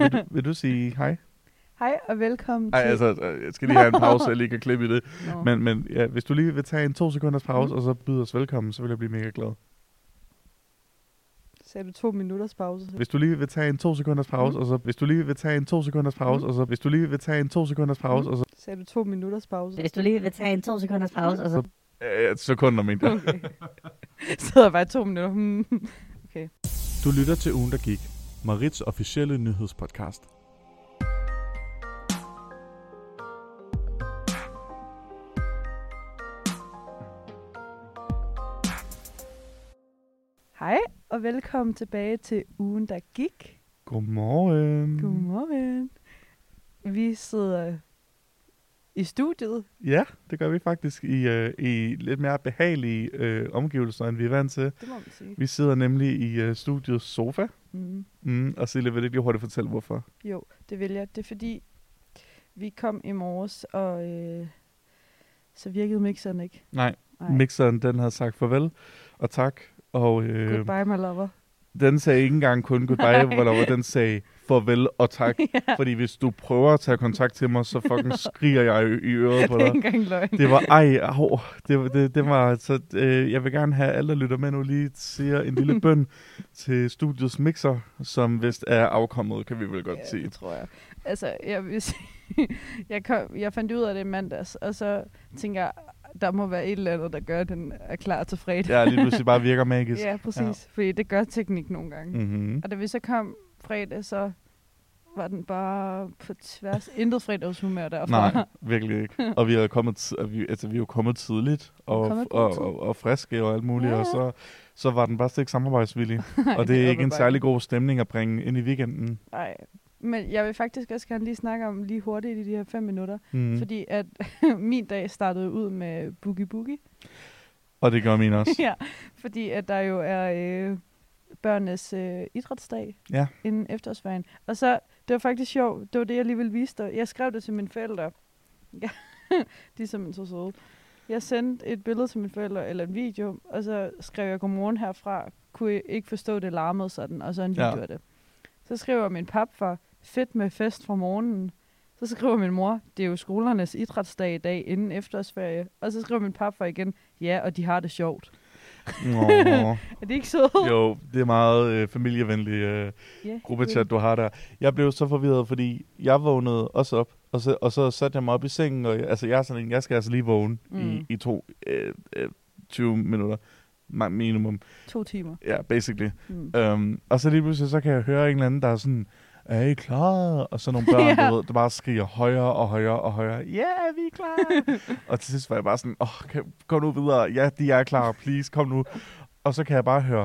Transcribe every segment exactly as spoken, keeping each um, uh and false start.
Vil du, vil du sige hej? Hej og velkommen Nej, til... altså, jeg skal lige have en pause, så jeg lige kan klippe i det. No. Men, men ja, hvis du lige vil tage en to sekunders pause, Mm. og så byde os velkommen, så vil jeg blive mega glad. Sagde du to minutters pause? Hvis du lige vil tage en to sekunders pause, Mm. og så hvis du lige vil tage en to sekunders pause, Mm. og så hvis du lige vil tage en to sekunders pause, Mm. og så Sagde du to minutters pause? Hvis du lige vil tage en to sekunders pause, og så... øh, sekunder, mente jeg. Okay. Sidder bare i to minutter. Hmm. Okay. Du lytter til Ugen, der gik. Marits officielle nyhedspodcast. Hej og velkommen tilbage til Ugen, der gik. Godmorgen. Godmorgen. Vi sidder i studiet. Ja, det gør vi faktisk i, øh, i lidt mere behagelige øh, omgivelser, end vi er vant til. Det må man sige. Vi sidder nemlig i øh, studiets sofa. Mm. Mm, og Sille, vil du ikke lige hurtigt fortælle, hvorfor? Jo, det vil jeg. Det er fordi, vi kom i morges, og øh, så virkede mixeren ikke. Nej, Nej. mixeren den havde sagt farvel og tak. Og øh, Goodbye, my lover. den sagde ikke engang kun goodbye, hvor den sagde farvel og tak. Ja. Fordi hvis du prøver at tage kontakt til mig, så fucking skriger jeg i, i øret på Det er dig. ikke engang løgn. Det var, ej, au, det, var- det, det var, så øh, jeg vil gerne have alle, der lytter med nu, lige siger en lille bøn til studiets mixer, som vist er afkommet, kan vi vel godt Ja, sige. det tror jeg. Altså, jeg vil sige, jeg, kom, jeg fandt ud af det i mandags, og så tænker jeg, der må være et eller andet, der gør, at den er klar til fredag. Ja, lige pludselig bare virker magisk. Ja, præcis. Ja. Fordi det gør teknik nogle gange. Mm. Mm-hmm. Og da vi så kom fredag, så var den bare på tværs. Intet fredagshumør derfra. Nej, virkelig ikke. Og vi er kommet, t- vi, altså, vi er jo kommet tidligt og, kommet på og, tid. og, og friske og alt muligt, Ja, og så, så var den bare slet ikke samarbejdsvillig. Og det er ikke en særlig god stemning at bringe ind i weekenden. Nej. Men jeg vil faktisk også gerne lige snakke om lige hurtigt i de her fem minutter. Mm. Mm. Fordi at min dag startede ud med Boogie Boogie. Og det gør min også. Ja, fordi at der jo er øh, børnenes øh, idrætsdag Ja. inden efterårsferien. Og så, det var faktisk sjovt, det var det, jeg lige ville vise dig. Jeg skrev det til mine forældre. Ja, de er simpelthen så søde. Jeg sendte et billede til mine forældre, eller en video, og så skrev jeg godmorgen herfra. Kunne jeg ikke forstå, det larmede sådan, og så en video Ja. af det. Så skriver min papfar, fedt med fest fra morgenen. Så skriver min mor, det er jo skolernes idrætsdag i dag inden efterårsferie. Og så skriver min papfar igen, ja, og de har det sjovt. Nå. Er det ikke sødt? Jo, det er meget øh, familievenlig øh, Ja, gruppechat, du har der. Jeg blev så forvirret, fordi jeg vågnede også op, og så, og så satte jeg mig op i sengen, og jeg, altså, jeg er sådan en, jeg skal altså lige vågne mm. i, i to, øh, øh, tyve minutter minimum. To timer. Ja, basically. Mm. Um, og så lige pludselig, så kan jeg høre en eller anden, der er sådan, er I klar? Og så nogle børn, Ja. du ved, der bare skriger højere og højere og højere. Ja, yeah, vi er klar! Og til sidst var jeg bare sådan, åh, oh, gå nu videre. Ja, de er klar, please, kom nu. Og så kan jeg bare høre,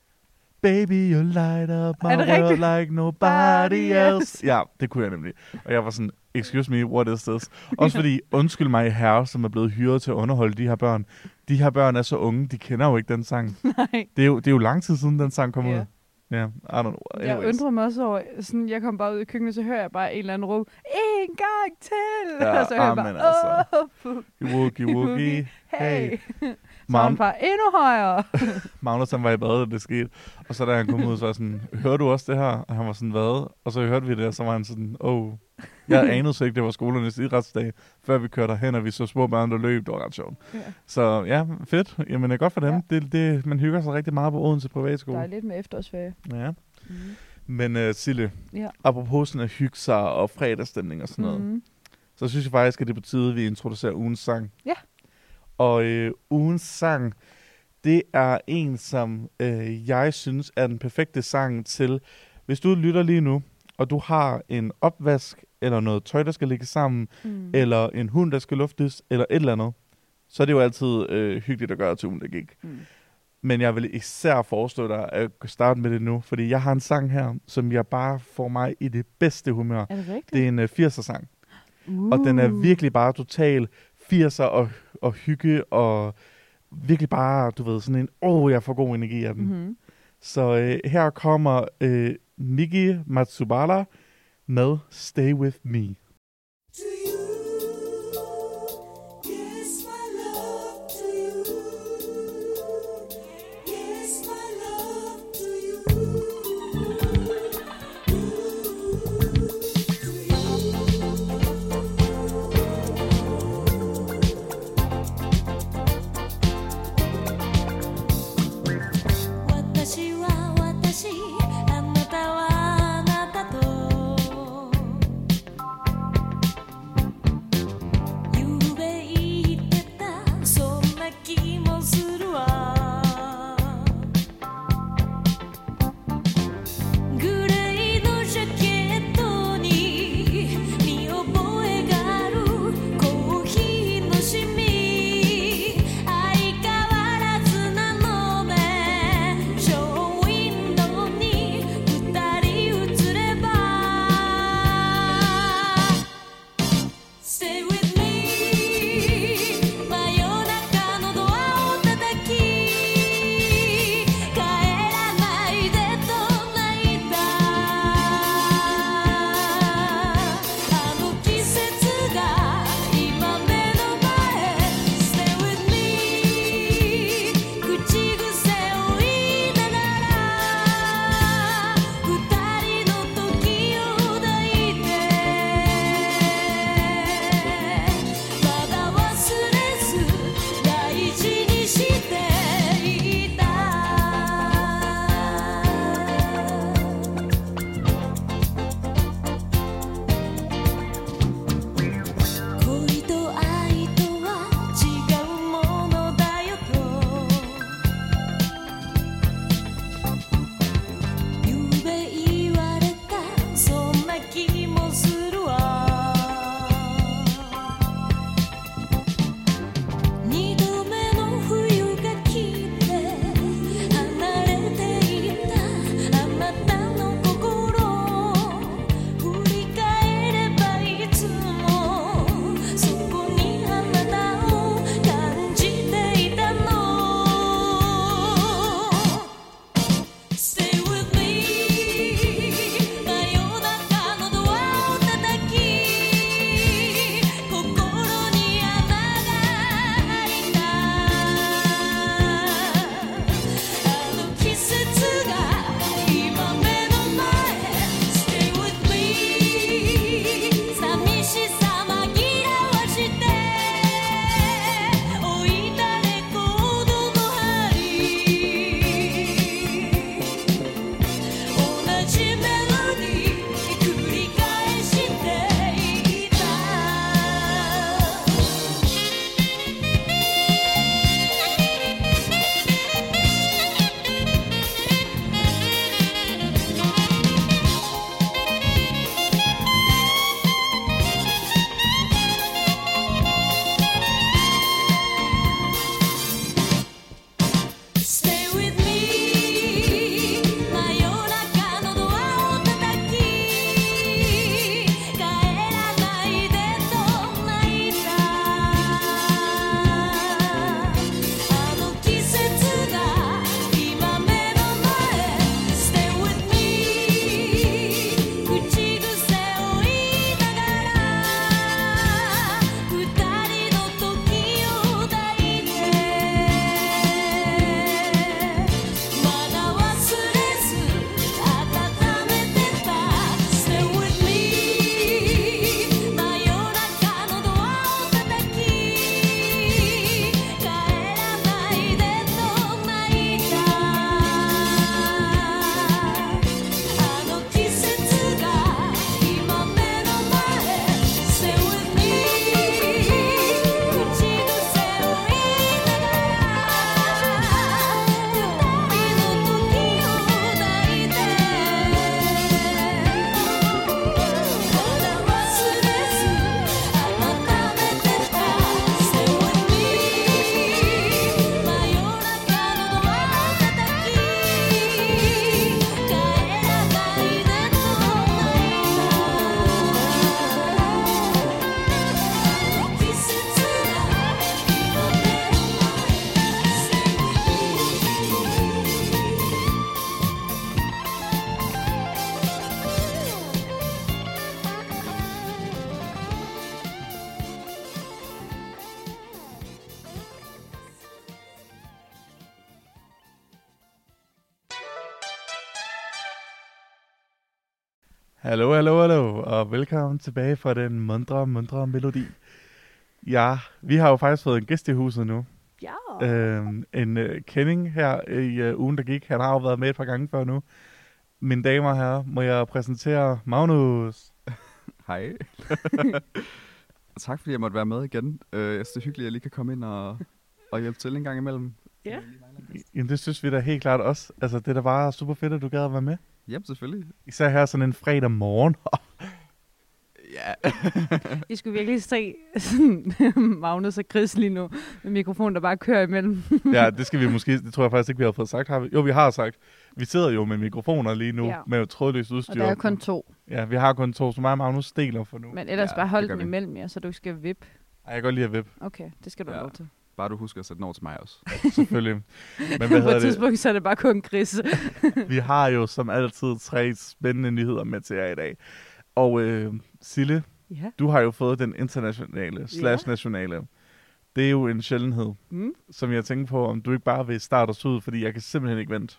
Baby, you light up my Er det world rigtigt? like nobody else. Ja, det kunne jeg nemlig. Og jeg var sådan, excuse me, what is this? Også fordi, undskyld mig herre, som er blevet hyret til at underholde de her børn. De her børn er så unge, de kender jo ikke den sang. Nej. Det er jo, det er jo lang tid siden, den sang kom Ja. ud. Ja, I don't know. Jeg Anyways. undrer mig også over, sådan, jeg kom bare ud i køkkenet, så hører jeg bare en eller anden råb, en gang til! Ja, og så hører jeg amen, bare, altså. åh, fuck, Woogie, woogie. hey! Hey. Så var han Mam- bare endnu højere. Magnus, han var i bad, da det skete. Og så da han kom ud, så var jeg sådan, hører du også det her? Og han var sådan, hvad? Og så hørte vi det, og så var han sådan, oh. Jeg anede så ikke, det var skolernes idrætsdag, før vi kørte derhen, og vi så små børn, der løb. Det var ret sjovt. Ja. Så ja, fedt. Jamen, det er godt for dem. Ja. Det, det, man hygger sig rigtig meget på Odense Privatskole. Der er lidt med efterårsferie. Ja. Mm. Men uh, Sille, Ja. apropos sådan at hygge sig og fredagsstemning og sådan noget, Mm. så synes jeg faktisk, at det betyder, at vi introducerer ugens sang. Ja. Og øh, ugens sang, det er en, som øh, jeg synes er den perfekte sang til, hvis du lytter lige nu, og du har en opvask, eller noget tøj, der skal ligge sammen, Mm. eller en hund, der skal luftes, eller et eller andet, så er det jo altid øh, hyggeligt at gøre til ugen, der gik. Mm. Men jeg vil især foreslå dig at starte med det nu, fordi jeg har en sang her, som jeg bare får mig i det bedste humør. Er det rigtigt? Det er en øh, firser-sang. Uh. Og den er virkelig bare total firser og, og hygge, og virkelig bare, du ved, sådan en, åh, oh, jeg får god energi af den. Mm-hmm. Så øh, her kommer øh, Miki Matsubara med Stay With Me. Yes, my love to you. Hallo, hallo, hallo, og velkommen tilbage fra den mundre, mundre melodi. Ja, vi har jo faktisk fået en gæst i huset nu. Ja. Øhm, en uh, kending her i uh, ugen, der gik. Han har jo været med et par gange før nu. Mine damer og herrer, må jeg præsentere Magnus. Hej. Tak fordi jeg måtte være med igen. Uh, jeg synes, det er hyggeligt, at jeg lige kan komme ind og, og hjælpe til en gang imellem. Ja. Jamen, det synes vi da helt klart også. Altså, det er da bare super fedt, at du gad at være med. Jamen, selvfølgelig. Især her sådan en fredag morgen. Ja. I skulle virkelig se sådan, Magnus og Chris lige nu, med mikrofonen, der bare kører imellem. Ja, det skal vi måske, det tror jeg faktisk ikke, vi har fået sagt. Har vi? Jo, vi har sagt. Vi sidder jo med mikrofoner lige nu, Ja. med trådløst udstyr. Og der er kun to. Ja, vi har kun to, så mig og Magnus deler for nu. Men ellers Ja, bare hold det gør den vi. imellem jer, så du ikke skal vippe. Ej, jeg kan godt lide at vippe, Okay, det skal du Ja. have lov til. Bare du husker at sætte den over til mig også. selvfølgelig. Men hvad På hedder et det? tidspunkt, så er det bare kun Chris. Vi har jo som altid tre spændende nyheder med til jer i dag. Og øh, Sille, Ja. du har jo fået den internationale slash nationale. Det er jo en sjældenhed, Mm. som jeg tænker på, om du ikke bare vil starte os ud, fordi jeg kan simpelthen ikke vente.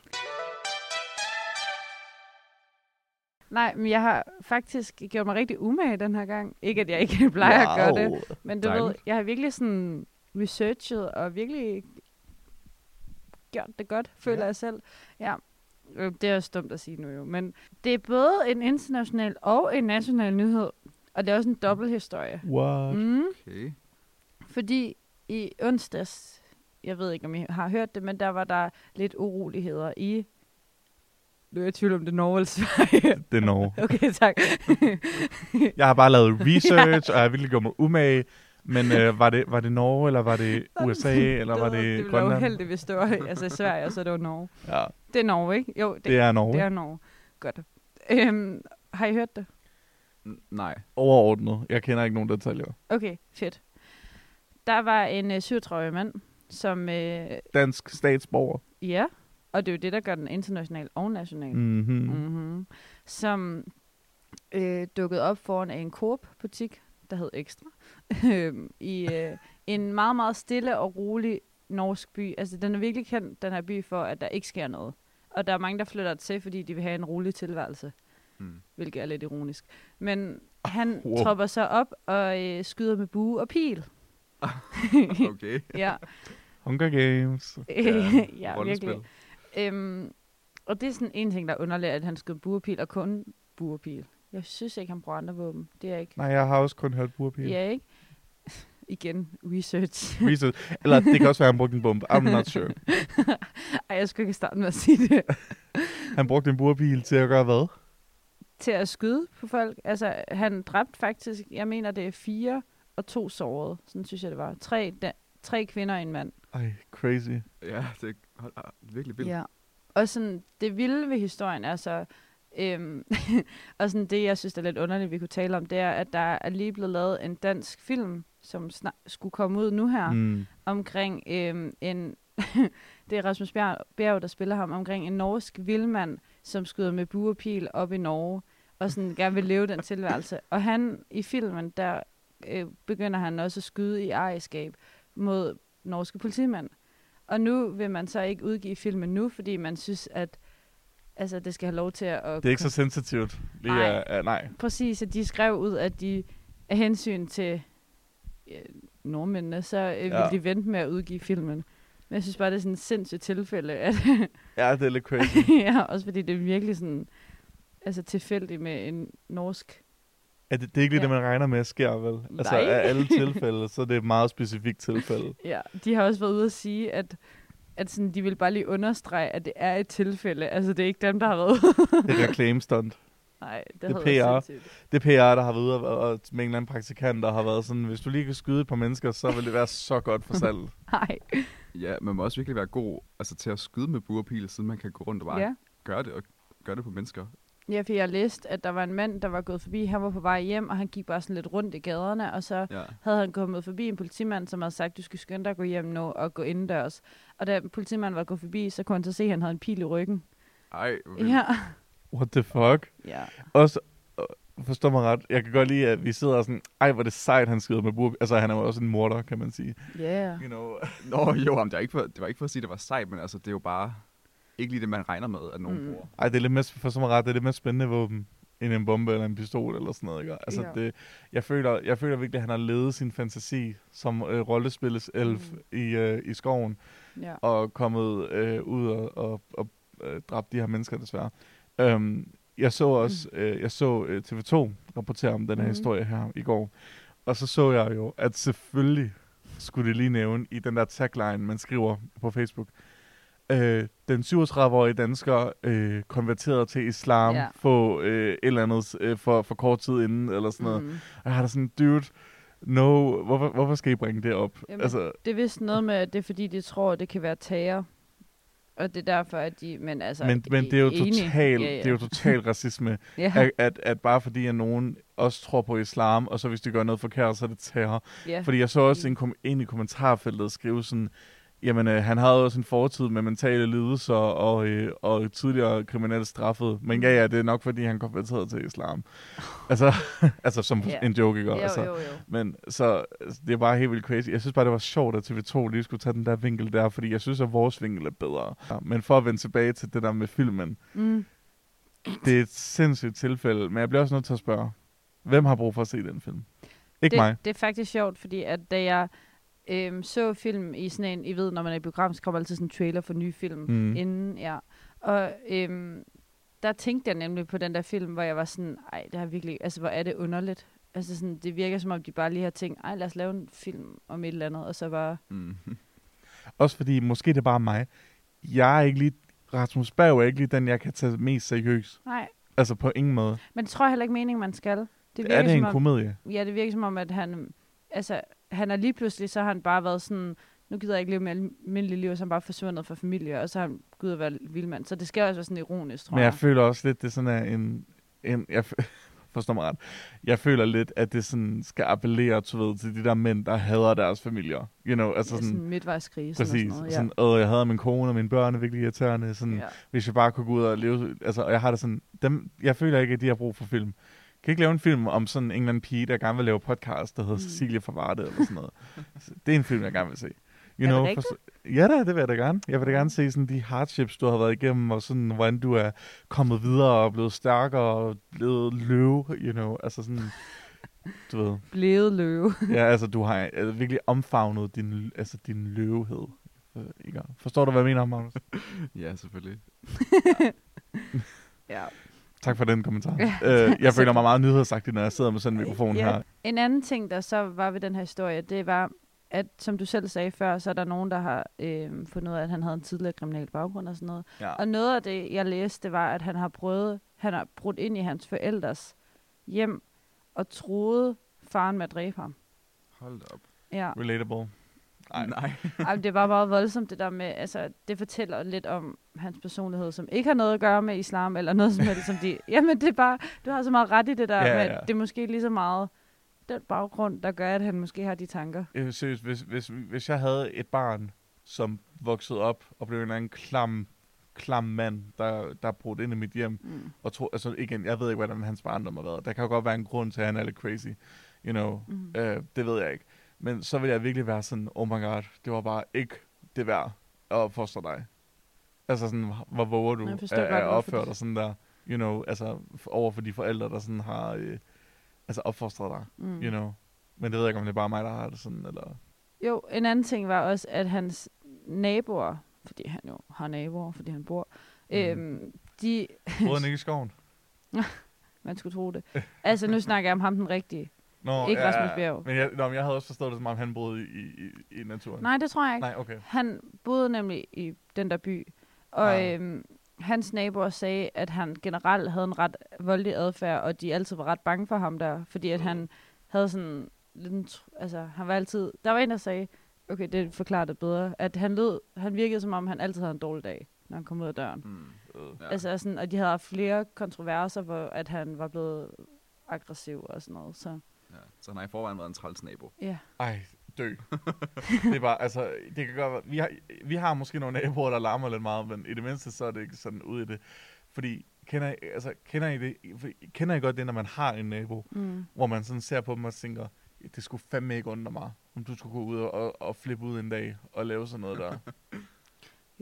Nej, men jeg har faktisk gjort mig rigtig umage den her gang. Ikke, at jeg ikke plejer wow. at gøre det. Men du Dejligt. ved, jeg har virkelig sådan researchet og virkelig gjort det godt, føler Ja. jeg selv. Ja, øh, det er også dumt at sige nu jo. Men det er både en international og en national nyhed. Og det er også en dobbelthistorie. What? Mm, Okay. fordi i onsdags, jeg ved ikke, om I har hørt det, men der var der lidt uroligheder i... Nu er jeg i tvivl om det er Norge eller Sverige. Det er Norge. Okay, tak. Jeg har bare lavet research, og jeg har virkelig gjort mig umage. Men øh, var, det, var det Norge, eller var det U S A, eller var det, det det ville være Grønland? uheldigt, hvis det var altså i Sverige, og så er det var Norge. Ja, Det er Norge, ikke? Jo, det, det er Norge. det er Norge. Godt. Øhm, har I hørt det? N- nej. Overordnet. Jeg kender ikke nogen detaljer. Okay, fedt. Der var en øh, syvogtredive mand, som... Øh, Dansk statsborger. ja, og det er jo det, der gør den international og national. Mm-hmm. Mm-hmm. Som øh, dukkede op foran en Coop-butik, der hed Extra, øhm, i øh, en meget, meget stille og rolig norsk by. Altså, den er virkelig kendt, den her by, for at der ikke sker noget. Og der er mange, der flytter til, fordi de vil have en rolig tilværelse, Hmm. hvilket er lidt ironisk. Men han Wow. tropper så op og øh, skyder med bue og pil. Okay. Ja, Hunger Games. ja Rollespil. virkelig. Øhm, og det er sådan en ting, der er underligt, at han skød buerpil og kun buerpil. Jeg synes ikke, han bruger andre våben. Det er ikke. Nej, jeg har også kun hørt burpil. Ja, ikke? Igen, research. Research. Eller det kan også være, at han brugte en bombe. I'm not sure. Ej, jeg skulle ikke starte med at sige det. Han brugte en burpil til at gøre hvad? Til at skyde på folk. Altså, han dræbte faktisk, jeg mener, det er fire og to sårede. Sådan synes jeg, det var. Tre, da, tre kvinder og en mand. Ej, crazy. Ja, det er hold, ah, virkelig vildt. Ja. Og sådan, det vilde ved historien er så, øhm, og sådan det, jeg synes, der er lidt underligt, vi kunne tale om, det er, at der er lige blevet lavet en dansk film, som snak- skulle komme ud nu her, Mm. omkring øhm, en, det er Rasmus Bjerg, Bjerg, der spiller ham, omkring en norsk vildmand, som skyder med bue og pil op i Norge, og sådan gerne vil leve den tilværelse. Og han, i filmen, der øh, begynder han også at skyde i ejerskab mod norske politimænd. Og nu vil man så ikke udgive filmen nu, fordi man synes, at altså, det skal have lov til at... Det er ikke så sensitivt. Lige Nej. er, er, nej. Præcis, at de skrev ud, at de af hensyn til ja, nordmændene, så øh, vil Ja. de vente med at udgive filmen. Men jeg synes bare, det er sådan et sindssygt tilfælde. At Ja, det er lidt crazy. ja, også fordi det er virkelig sådan altså tilfældigt med en norsk... Er det, det er ikke lige Ja. det, man regner med at sker, vel? Altså, Nej. af alle tilfælde, så er det et meget specifikt tilfælde. Ja, de har også været ude at sige, at at sådan, de vil bare lige understrege, at det er et tilfælde. Altså, det er ikke dem, der har været... Det er reklamestunt. Nej, det, Det det er havde været P R. sindssygt. Det er P R, der har været ude og, og med en eller anden praktikant, der har været sådan, hvis du lige kan skyde et par mennesker, så vil det være så godt for salg. Nej. Ja, man må også virkelig være god altså, til at skyde med buerpil, siden man kan gå rundt og bare Ja. gøre det, og gøre det på mennesker. Ja, for jeg læste, at der var en mand, der var gået forbi. Han var på vej hjem, og han gik bare sådan lidt rundt i gaderne, og så Ja. havde han kommet forbi en politimand, som havde sagt, du skal skynde dig at gå hjem nu og gå indendørs. Og da politimanden var gået forbi, så kunne han så se, at han havde en pil i ryggen. Ej, hvor vildt. Ja. What the fuck? Ja. Også, øh, forstår mig ret, jeg kan godt lide, at vi sidder og sådan, ej, hvor er det sejt, han skyder med bur. Altså, han er jo også en morder, kan man sige. Yeah. You know. Nå, jo, jamen, det, var ikke for, det var ikke for at sige, at det var sejt, men altså, det er jo bare ikke lige det, man regner med, at nogen Mm. mm. bruger. Ej, det er lidt mere, forstår mig ret, det er lidt mere spændende våben, end en bombe eller en pistol eller sådan noget. Ikke? Altså, Ja. det, jeg, føler, jeg føler virkelig, at han har levet sin fantasi som øh, rollespillets elf Mm. i, øh, i skoven, Ja. og kommet øh, ud og, og, og øh, dræbt de her mennesker desværre. Øhm, jeg så også, øh, jeg så øh, T V to rapportere om den her Mhm. historie her i går, og så så jeg jo, at selvfølgelig skulle det lige nævne i den der tagline, man skriver på Facebook, øh, den syvogtredive-årige dansker øh, konverteret til islam Ja. på øh, et eller andet øh, for, for kort tid inden, eller sådan noget. Mm. Og jeg har da sådan, dude, no, hvorfor, hvorfor skal I bringe det op? Jamen, altså, Det er vist noget med, at det er fordi, de tror, at det kan være terror. Og det er derfor, at de... Men, altså, men, men det er jo enig. total, Ja, ja. det er jo total racisme, Ja, at, at, at bare fordi, at nogen også tror på islam, og så hvis de gør noget forkert, så er det terror. ja. Fordi jeg så også en, kom- en i kommentarfeltet skrive sådan, jamen øh, han havde også en fortid med mentale lidelser og, øh, og tidligere kriminelle straffet. Men ja, ja, det er nok fordi, han konverterede til islam. altså, altså som Ja. en joke, ikke? Jo, Altså. jo, jo. Men så altså, det er bare helt vildt crazy. Jeg synes bare, det var sjovt, at T V to lige skulle tage den der vinkel der, fordi jeg synes, at vores vinkel er bedre. Ja, men for at vende tilbage til det der med filmen, Mm. det er et sindssygt tilfælde, men jeg bliver også nødt til at spørge, hvem har brug for at se den film? Ikke det, mig. det er faktisk sjovt, fordi at da jeg øhm, så film i sådan en, I ved, når man er i biografen, så kommer altid sådan en trailer for nye film Mm. inden, ja. Og øhm, der tænkte jeg nemlig på den der film, hvor jeg var sådan, ej, det er virkelig, altså hvor er det underligt. Altså sådan, det virker som om, de bare lige har tænkt, ej, lad os lave en film om et eller andet, og så bare, Mm. Også fordi, måske det er bare mig. Jeg er ikke lige, Rasmus Berg er ikke lige den, jeg kan tage mest seriøst. nej. Altså på ingen måde. Men det tror jeg heller ikke meningen, man skal. Det virker Er det som en om, komedie? Ja, det virker som om, at han, altså, han er lige pludselig, så har han bare været sådan, nu gider jeg ikke leve med almindeligt liv, og så er han bare forsvundet fra familie, og så har han gud at være vildmand. Så det skal også være sådan ironisk, tror Men jeg jeg. føler også lidt, det er sådan er en... en jeg f- forstår mig ret. Jeg føler lidt, at det sådan skal appellere du ved, til de der mænd, der hader deres familier. You know, altså Ja, sådan... sådan midtvejskrig. Præcis. Sådan, noget, ja. Sådan, åh, jeg hader min kone, og mine børn er virkelig irriterende. Sådan, Ja. Hvis jeg bare kunne gå ud og leve... Altså, og jeg har det sådan... Dem, jeg føler ikke, at de har brug for film. Kan ikke lave en film om sådan en eller anden pige, der gerne vil lave podcast, der hedder Mm. Cecilie fra Varde, eller sådan noget. Det er en film, jeg gerne vil se. You Er det know, rigtigt? for, ja da, det vil jeg da gerne. Jeg vil da gerne se sådan de hardships, du har været igennem, og sådan, hvordan du er kommet videre og blevet stærkere og blevet løve, you know. Altså sådan, du ved. Blevet løve. Ja, altså du har altså, virkelig omfavnet din, altså, din løvehed. Øh, ikke? Forstår du, hvad jeg mener, Magnus? Ja, selvfølgelig. Ja. Tak for den kommentar. Ja, øh, jeg så- føler mig meget nyhedsagtig, når jeg sidder med sådan en mikrofon Ja. her. En anden ting, der så var ved den her historie, det var, at som du selv sagde før, så er der nogen, der har øh, fundet ud af, at han havde en tidligere kriminel baggrund og sådan noget. Ja. Og noget af det, jeg læste, det var, at han har prøvet, han har brudt ind i hans forældres hjem og troede faren med at dræbe ham. Hold da op. Ja. Relatable. Ej, Nej. Ej, det var meget voldsomt, det der med, altså, det fortæller lidt om hans personlighed, som ikke har noget at gøre med islam, eller noget som helst, som de, jamen det er bare, du har så meget ret i det der, Ja, med, ja. at det er måske lige så meget den baggrund, der gør, at han måske har de tanker. Øh, seriøst, hvis, hvis, hvis jeg havde et barn, som voksede op og blev en eller anden klam, klam mand, der, der brudt ind i mit hjem, Mm. og tro, altså igen, jeg ved ikke, hvordan hans barndom har været. Der kan jo godt være en grund til, at han er lidt crazy, you know. Mm. Øh, det ved jeg ikke. Men så vil jeg virkelig være sådan, oh my god, det var bare ikke det værd at opfostre dig. Altså sådan, hvor våger du Jeg at, forstår at godt, hvorfor opføre det- dig sådan der, you know, altså f- over for de forældre, der sådan har, øh, altså opfostret dig, Mm. you know. Men det ved jeg ikke, om det er bare mig, der har det sådan, eller... Jo, en anden ting var også, at hans naboer, fordi han jo har naboer, fordi han bor, Mhm. øhm, de, Boede han ikke i skoven? man skulle tro det. Altså, nu snakker jeg om ham den rigtige. Nå, Ikke Rasmus Bjerg. Men jeg, nå, men jeg havde også forstået det, som om han boede i, i, i naturen. Nej, det tror jeg ikke. Nej, okay. Han boede nemlig i den der by, og Ah. øhm, hans naboer sagde, at han generelt havde en ret voldelig adfærd, og de altid var ret bange for ham der, fordi at han havde sådan lidt en tr- altså han var altid, der var en, der sagde, okay, det forklarer det bedre, at han lød, han virkede som om, han altid havde en dårlig dag, når han kom ud af døren. Mm. Øh. Ja. Altså sådan, og de havde haft flere kontroverser, hvor at han var blevet aggressiv og sådan noget, så Ja. Så han har i forvejen været en træls nabo. ja. Ej, dø. Det er bare, altså, det kan godt være, vi har, vi har måske nogle naboer, der larmer lidt meget, men i det mindste, så er det ikke sådan ude i det. Fordi, kender I, altså, kender I det, kender I godt det, når man har en nabo, Mm. hvor man sådan ser på dem og tænker, det skulle fandme ikke undre mig, om du skulle gå ud og, og flippe ud en dag og lave sådan noget der.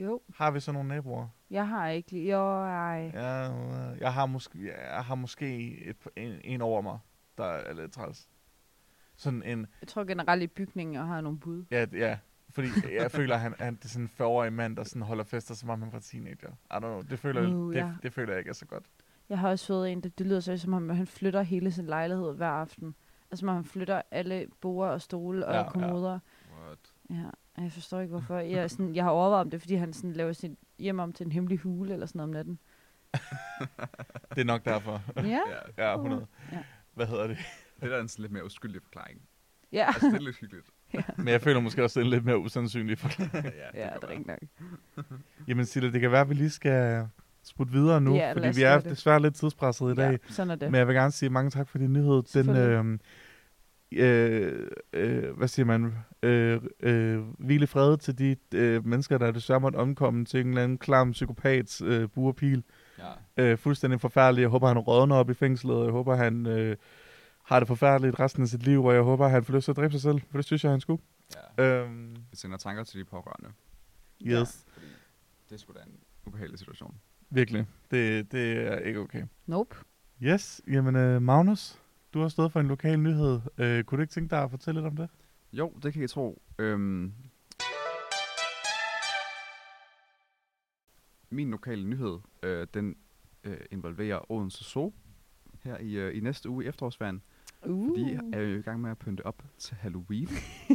Jo, Har vi så nogle naboer? jeg har ikke lige... Jo, ej. Ja, øh, jeg har måske, jeg har måske et, en, en over mig, der er lidt træls. Sådan en, Jeg tror generelt i bygningen, jeg har nogle bud. ja, ja, fordi jeg føler, at han, han det er sådan en fyrre-årig mand, der sådan holder fester, som om han var teenager. I don't know, det føler, Uh, det, ja. det føler jeg ikke er så godt. Jeg har også fået en, det, det lyder så som om, han flytter hele sin lejlighed hver aften. Altså, som om han flytter alle borde og stole og Ja, ja, ja. kommoder. What? Ja, og jeg forstår ikke, hvorfor. Jeg, er sådan, jeg har overvejet om det, fordi han sådan laver sit hjem om til en hemmelig hule eller sådan noget om natten. Det er nok derfor. Ja, Ja, Ja, hundrede. Ja. Hvad hedder det? det der er en sådan lidt mere uskyldig forklaring. ja. Altså, det er lidt hyggeligt. Men jeg føler måske også, det er en lidt mere usandsynlig forklaring. ja, ja, kan det er være. rigtig nok. Jamen Silla, det kan være, at vi lige skal sputte videre nu, Ja, lad fordi os vi er gøre det. desværre lidt tidspresset i dag. Ja, sådan er det. Men jeg vil gerne sige mange tak for din nyhed. Den, Selvfølgelig. øh, øh, øh, hvad siger man? Øh, øh, hvile fred til de øh, mennesker, der desværre måtte omkomme til en eller anden klam psykopat øh, buerpil. Ja. Øh, fuldstændig forfærdelig. Jeg håber, han rådner op i fængslet, og jeg håber, han øh, har det forfærdeligt resten af sit liv, og jeg håber, han får lyst til at dræbe sig selv, for det synes jeg, han skulle. ja. Øhm, Jeg sender tanker til de pårørende. yes, Fordi det er sgu da en ubehagelig situation. virkelig. Det, det er ikke okay. Nope. Yes, jamen øh, Magnus, du har stået for en lokal nyhed. Øh, kunne du ikke tænke dig at fortælle lidt om det? Jo, det kan jeg tro. Øhm, min lokale nyhed, øh, den øh, involverer Odense Zoo her i, øh, i næste uge i efterårsferien. Uh. De er jo i gang med at pynte op til Halloween.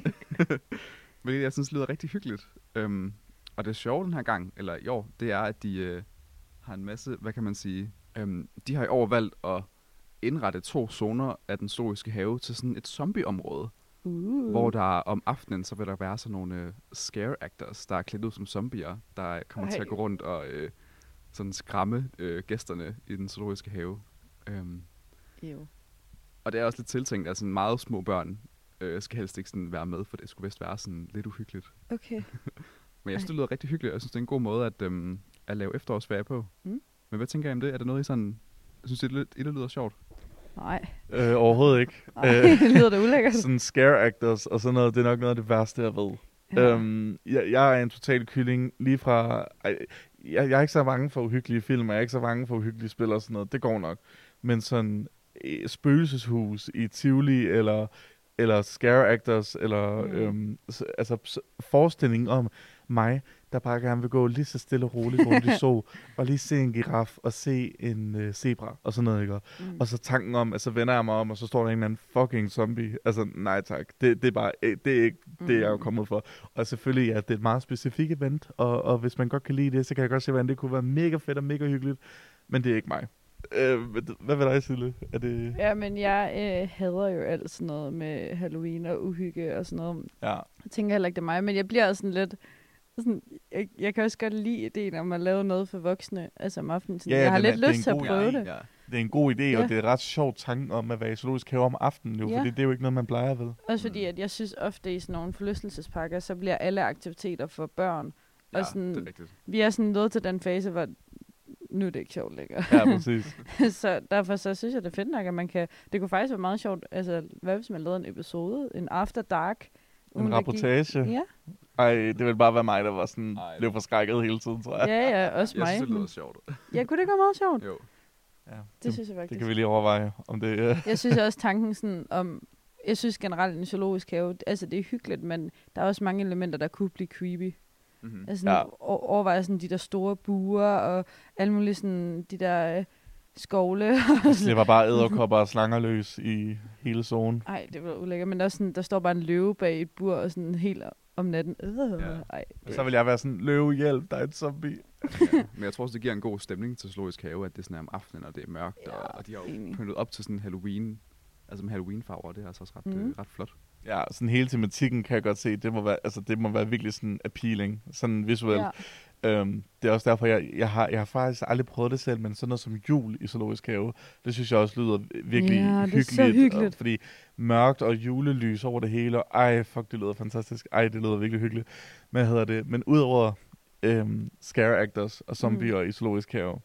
Hvilket jeg synes lyder rigtig hyggeligt. Øhm, og det sjove den her gang, eller i år, det er, at de øh, har en masse, hvad kan man sige, øhm, de har i år valgt at indrette to zoner af den zoologiske have til sådan et zombieområde. Uh. Hvor der om aftenen, så vil der være sådan nogle øh, scare actors, der er klædt ud som zombier, der kommer Ej. til at gå Ej. rundt og øh, sådan skræmme øh, gæsterne i den zoologiske have. Øhm, Jo. og det er også lidt tiltænkt, at sådan meget små børn øh, skal helst ikke sådan være med, for det skulle vist være sådan lidt uhyggeligt. Okay. Men jeg synes, Ej. det lyder rigtig hyggeligt, og jeg synes, det er en god måde at, øhm, at lave efterårsferie på. Mm. Men hvad tænker I om det? Er der noget, I sådan... Jeg synes, det, lidt, det lyder sjovt. Nej. Øh, overhovedet ikke. Nej, det lyder da ulækkert. Sådan scare actors og sådan noget, det er nok noget af det værste, jeg ved. Ja. Øhm, jeg, jeg er en total kylling lige fra... Ej, jeg, jeg er ikke så bange for uhyggelige film, og jeg er ikke så bange for uhyggelige spil og sådan noget. Det går nok. Men sådan øh, spøgelseshus i Tivoli, eller, eller scare actors, eller Mm. øhm, s- altså s- forestillingen om mig, der bare gerne vil gå lige så stille og roligt rundt i så, og lige se en giraf, og se en øh, zebra, og sådan noget, ikke? Mm. Og så tanken om, at så vender jeg mig om, og så står der en eller anden fucking zombie. Altså, nej tak. Det, det er bare, øh, det er ikke det, jeg er jo Mm. kommet for. Og selvfølgelig, ja, det er et meget specifikt event, og, og hvis man godt kan lide det, så kan jeg godt se, hvordan det kunne være mega fedt og mega hyggeligt. Men det er ikke mig. Øh, hvad vil dig, Sille? Er det... Ja, men jeg øh, hader jo alt sådan noget med Halloween og uhygge og sådan noget. Ja. Jeg tænker heller ikke, det er mig, men jeg bliver også sådan lidt... Sådan, jeg, jeg kan også godt lide ideen om at lave noget for voksne, altså om aftenen. Sådan, Ja, jeg har den er- lidt det er lyst en til at god prøve det. Ja. Det er en god idé, Ja. og det er ret sjovt tanken om at være i zoologisk have om aftenen, jo, Ja. fordi det er jo ikke noget, man plejer ved. Også fordi, at jeg synes ofte i sådan nogle forlystelsespakker, så bliver alle aktiviteter for børn. Ja, Og sådan, det er rigtigt. vi er sådan nået til den fase, hvor nu er det ikke sjovt længere. Ja, præcis. Så derfor så synes jeg, det er fedt nok, at man kan... Det kunne faktisk være meget sjovt. Altså, hvad hvis man lavede en episode? En After Dark? En uden at give- rapportage. Ja, Ej, det ville bare være mig, der var sådan, Ej. blev forskrækket hele tiden, tror jeg. ja, ja, også Jeg mig. synes, det lyder men- sjovt. Ja, kunne det ikke være meget sjovt? Jo. Ja, Det synes jeg faktisk. det kan vi lige overveje, om det er... Jeg synes også tanken sådan om... Jeg synes generelt, en zoologisk have, altså det er hyggeligt, men der er også mange elementer, der kunne blive creepy. Mm-hmm. Altså Ja. ja. overveje sådan de der store buer, og alle mulige sådan, de der øh, skovle. Det var bare æderkopper og slanger løs i hele zonen. Ej, det var ulækkert, men der, er sådan, der står bare en løve bag et bur, og sådan helt om natten. Øh, Ja. Ej, Og så vil jeg være sådan, løve hjælp, der er et zombie. Ja. Men jeg tror også, det giver en god stemning til zoologisk have, at det sådan er om aftenen, og det er mørkt, Ja, og, og de har jo enig. pyntet op til sådan Halloween, altså med Halloween-farver, det er altså også ret, Mhm. øh, ret flot. Ja, sådan hele tematikken kan jeg godt se, det må være, altså, det må være virkelig sådan appealing, sådan visuelt. Ja. Øhm, det er også derfor, jeg, jeg, har, jeg har faktisk aldrig prøvet det selv, men sådan noget som jul i zoologisk have, det synes jeg også lyder virkelig Ja, det er hyggeligt. så hyggeligt. Og, fordi mørkt og julelys over det hele, og ej, fuck, det lyder fantastisk. Ej, det lyder virkelig hyggeligt. Men hvad hedder det? Men udover øhm, scare actors og zombier mm. i zoologisk have,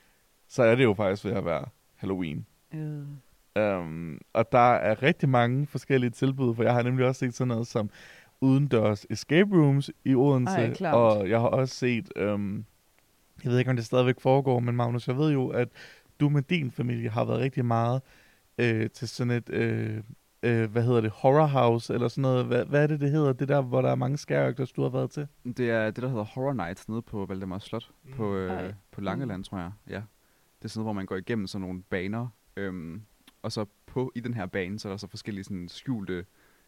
så er det jo faktisk ved at være Halloween. Øh. Um, og der er rigtig mange forskellige tilbud, for jeg har nemlig også set sådan noget som udendørs escape rooms i Odense. Ej, klart. Og jeg har også set, øhm, jeg ved ikke, om det stadigvæk foregår, men Magnus, jeg ved jo, at du med din familie har været rigtig meget øh, til sådan et, øh, øh, hvad hedder det, horror house, eller sådan noget. Hvad, hvad er det, det hedder? Det der, hvor der er mange scare-actors, du har været til? Det er det, der hedder Horror Nights nede på Valdemar Slot Mm. på, Ej. øh, på Langeland, tror jeg. Ja. Det er sådan noget, hvor man går igennem sådan nogle baner, øhm, og så på i den her bane, så er der så forskellige sådan skjulte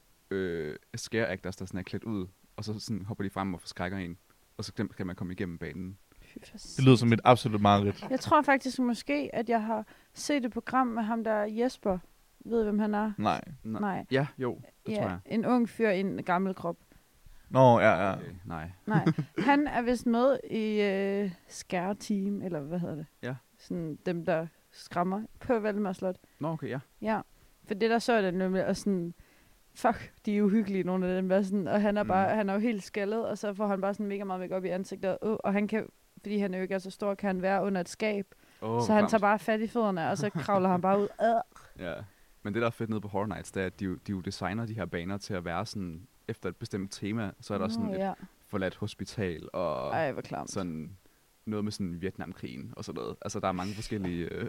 øh, scare actors, der sådan er klædt ud, og så sådan hopper de frem og forskrækker en, og så kan man komme igennem banen. Fy for Det lyder som et absolut mareridt. Jeg tror faktisk måske, at jeg har set et program med ham, der Jesper. Ved hvem han er? Nej. Nå, Nej. Ja, jo, det Ja, tror jeg. en ung fyr i en gammel krop. Nå, ja, ja. Okay, nej. Nej, han er vist med i øh, Scare Team, eller hvad hedder det? Ja. Sådan dem, der skræmmer på Valdemar Slot. Nå, okay, ja. Ja, for det der så er det nemlig, og sådan, fuck, de er uhyggelige, nogle af dem, der sådan, og han er, bare, Mm. han er jo helt skaldet, og så får han bare sådan mega meget make op i ansigtet, og, og han kan, fordi han er jo ikke er så stor, kan han være under et skab, Oh, så han tager bare fat i fødderne, og så kravler han bare ud. Øh. Ja, men det der er fedt nede på Horror Nights, det er, at de, jo- de jo designer de her baner til at være sådan, efter et bestemt tema, så er der Nå, sådan et ja. forladt hospital, og Ej, hvor klamt. sådan noget med sådan Vietnamkrigen og sådan noget. Altså, der er mange forskellige, øh,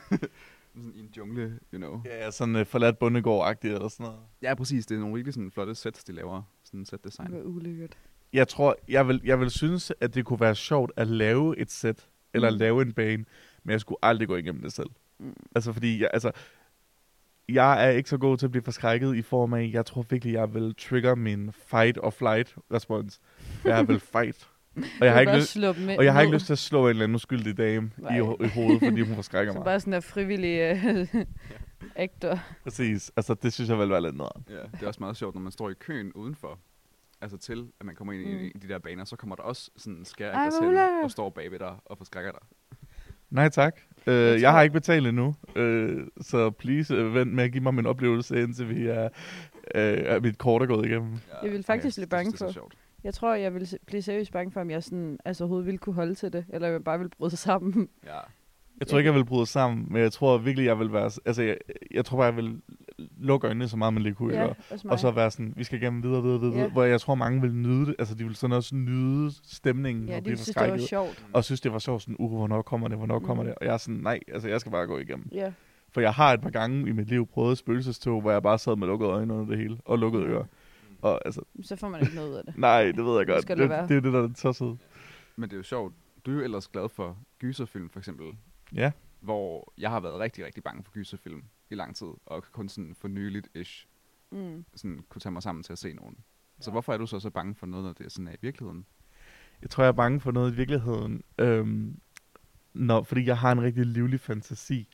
sådan i en jungle, you know. Ja, ja, sådan uh, forladt bundegård-agtigt eller sådan noget. Ja, præcis. Det er nogle virkelig sådan flotte sets, de laver. Sådan set design. Hvor ulækkert. Jeg tror, jeg vil, jeg vil synes, at det kunne være sjovt at lave et sæt, eller Mm. lave en bane, men jeg skulle aldrig gå igennem det selv. Mm. Altså, fordi jeg, altså, jeg er ikke så god til at blive forskrækket i form af, jeg tror virkelig, jeg vil trigger min fight or flight respons. Jeg vil fight. Og jeg har ikke lyst, og jeg har ikke lyst til at slå en eller anden uskyldig dame i, Nej. i hovedet, fordi hun forskrækker Så mig. bare sådan en frivillig uh, actor. Præcis. Altså, det synes jeg vil være lidt noget. Ja, det er også meget sjovt, når man står i køen udenfor. Altså til, at man kommer ind i, Mm. i de der baner, så kommer der også sådan en skær Ej, actors hvor hen ulækkert. og står bagved dig og forskrækker dig. Nej tak. Øh, Jeg jeg har tror- ikke betalt endnu, øh, så please øh, vent med at give mig min oplevelse, indtil vi er, øh, er mit kort er gået igennem. Ja, Jeg vil faktisk okay, blive bange det, det er så for. sjovt. Jeg tror, jeg vil se- blive seriøst bange for, om jeg sådan, altså, overhovedet ville kunne holde til det, eller jeg bare ville bryde sammen. Ja. Jeg tror ikke, jeg vil bryde sammen, men jeg tror virkelig, jeg vil være... Altså, jeg, jeg tror bare, jeg vil lukke øjnene så meget, man lige kunne Ja, gøre. også Og så mig. være sådan, vi skal igennem videre, videre, videre, Ja. yeah. hvor jeg tror, mange vil nyde det. Altså, de vil sådan også nyde stemningen Ja, og de blive synes, det var forskrækket. sjovt. Og synes, det var sjovt sådan, uh, hvornår kommer det, hvornår kommer Mm. det? Og jeg er sådan, nej, altså, jeg skal bare gå igennem. Ja. For jeg har et par gange i mit liv prøvet spøgelsestog, hvor jeg bare sad med lukkede øjne under det hele, og lukkede ører. Og altså, Så får man ikke noget ud af det. nej, det ved jeg Det godt. skal Det, det være. det er jo det, der er tosset. Men det er jo sjovt. Du er jo ellers glad for gyserfilm, for eksempel. Ja. Hvor jeg har været rigtig, rigtig bange for gyserfilm i lang tid, og kun sådan for nyligt-ish Mm. sådan kunne tage mig sammen til at se nogen. Så hvorfor er du så så bange for noget, når det er sådan er i virkeligheden? Jeg tror, jeg er bange for noget i virkeligheden. Øhm, når, fordi jeg har en rigtig livlig fantasi.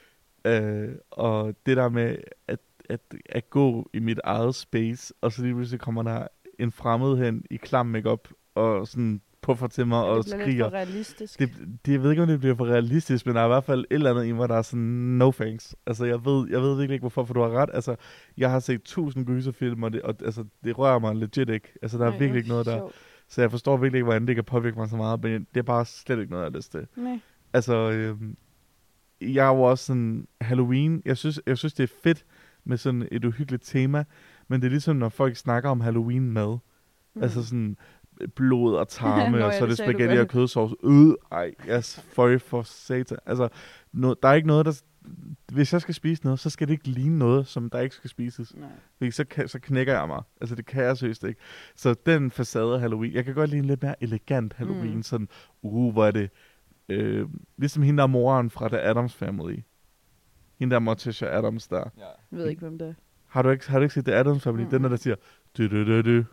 Øh, og det der med at, at, at gå i mit eget space, og så lige pludselig kommer der en fremmed hen i klam makeup og sådan puffer til mig Ja, og det bliver lidt skriger. for realistisk. Det, det, jeg ved ikke, om det bliver for realistisk, men der er i hvert fald et eller andet i mig, der er sådan, no thanks. Altså, jeg ved, jeg ved virkelig ikke, hvorfor, for du har ret. Altså, jeg har set tusind gyserfilm, og det, og, altså, det rører mig legit ikke. Altså, der er Nej, virkelig hvor ikke noget der. sjovt. Så jeg forstår virkelig ikke, hvordan det kan påvirke mig så meget, men det er bare slet ikke noget, jeg har lyst til. Nej. Altså, øhm, jeg er jo også sådan, Halloween, jeg synes, jeg synes, det er fedt med sådan et uhyggeligt tema, men det er ligesom, når folk snakker om Halloween mad. Mm. Altså sådan blod og tarme, Nå og ja, så er det det sagde du spaghetti godt. og kødsovs. Øh, ej, yes, for, for satan. Altså, no, der er ikke noget, der... Hvis jeg skal spise noget, så skal det ikke ligne noget, som der ikke skal spises. Nej. Fordi så, kan, så knækker jeg mig. Altså, det kan jeg seriøst ikke. Så den facade af Halloween, jeg kan godt lide en lidt mere elegant Halloween. Mm. Sådan, uh, hvor er det... Øh, ligesom hende der er moren fra The Addams Family. Hende der Morticia Addams der. Ja. Jeg ved ikke, hvem det er. Har du ikke, har du ikke set The Addams Family? Mm. Den der, der siger... Du, du, du, du.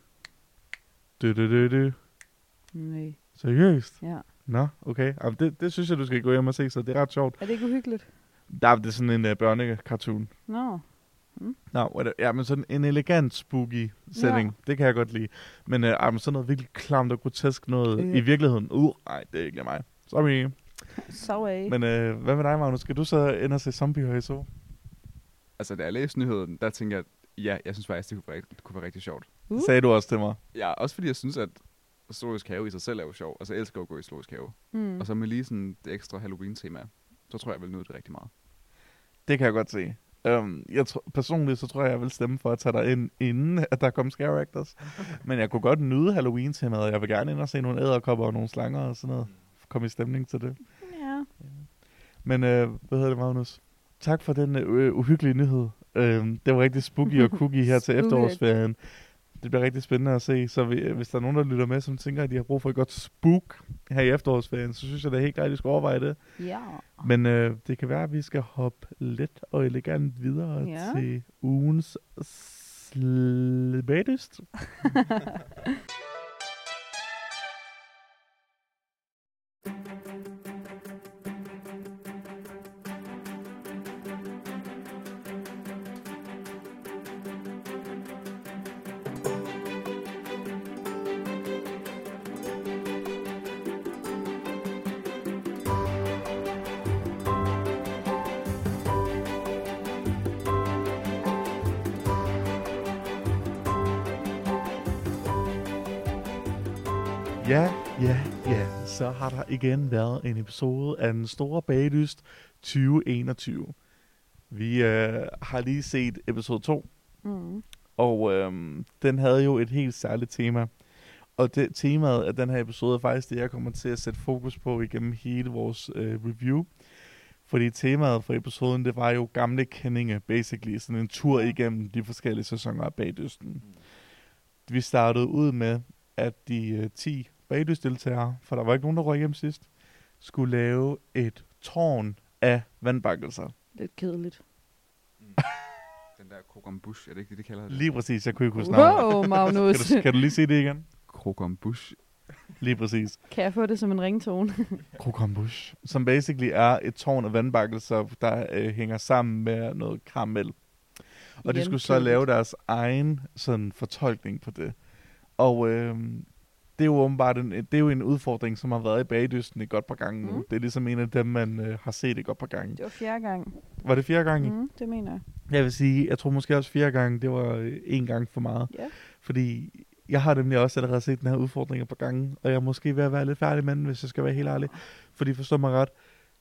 Du, du, du, du. Nej. Seriøst? Ja. Nå, okay. Jamen, det, det synes jeg, du skal gå hjem og se, så det er ret sjovt. Er det ikke uhyggeligt? Der er det sådan en uh, børnekartoon. Nå. Nå, what- ja, men sådan en elegant, spooky setting. Ja. Det kan jeg godt lide. Men uh, ej, men sådan noget virkelig klamt og grotesk noget Øh. i virkeligheden. Uh, nej, det er ikke mig. Sorry. Så af. Men uh, hvad med dig, Magnus? Skal du så ind og se Zombie her i så? Altså, da jeg læste nyheden, der tænkte jeg, at ja, jeg synes faktisk, det kunne være, det kunne være rigtig sjovt. Uh. Sagde du også til mig. Ja, også fordi jeg synes, at zoologisk have i sig selv er jo sjov. Altså, jeg elsker at gå i zoologisk have. Mm. Og så med lige sådan det ekstra Halloween-tema, så tror jeg, jeg vil nyde det rigtig meget. Det kan jeg godt se. Um, jeg tr- personligt så tror jeg, jeg vil stemme for at tage dig ind, inden at der kom Scare Actors. Men jeg kunne godt nyde Halloween-temaet, og jeg vil gerne ind og se nogle æderkopper og nogle slanger og sådan noget. Kom i stemning til det. Ja. Men øh, hvad hedder det, Magnus? Tak for den øh, uhyggelige nyhed. Øh, det var rigtig spooky og cookie her til Spooky. efterårsferien. Det bliver rigtig spændende at se. Så vi, hvis der er nogen, der lytter med, som tænker, at de har brug for et godt spook her i efterårsferien, så synes jeg, det er helt greit, at I skal overveje det. Ja. Men øh, det kan være, at vi skal hoppe let og elegant videre Ja. til ugens slæbedyst. Ja, ja, ja. Så har der igen været en episode af Den Store Bagdyst tyve enogtyve. Vi øh, har lige set episode to, Mm. og øh, den havde jo et helt særligt tema. Og det, temaet af den her episode er faktisk det, jeg kommer til at sætte fokus på igennem hele vores øh, review. Fordi temaet for episoden, det var jo gamle kendinge, basically. Sådan en tur igennem de forskellige sæsoner af Bagdysten. Vi startede ud med, at de øh, ti bagdystdeltagere, for der var ikke nogen, der røg hjem sidst, skulle lave et tårn af vandbakkelser. Lidt kedeligt. Den der Krokombush, er det ikke det, de kalder det? Lige præcis, jeg kunne ikke huske navnet. Wow, Magnus. Kan du, kan du lige sige det igen? Krokombush. Lige præcis. Kan jeg få det som en ringtone? Krokombush. Som basically er et tårn af vandbakkelser, der øh, hænger sammen med noget karamel. Og de Igen skulle så kedeligt. lave deres egen sådan, fortolkning på det. Og øh, det er jo åbenbart en, det er jo en udfordring, som har været i Bagdysten et godt par gange nu. Mm. Det er ligesom en af dem, man øh, har set et godt par gange. Det var fjerde gang. Var det fire gange? Mm, det mener jeg. Jeg vil sige, jeg tror måske også fire gange, det var øh, en gang for meget. Ja. Fordi jeg har nemlig også allerede set den her udfordring et par gange, og jeg er måske ved at være lidt færdig med den, hvis jeg skal være helt ærlig. Fordi forstår mig ret,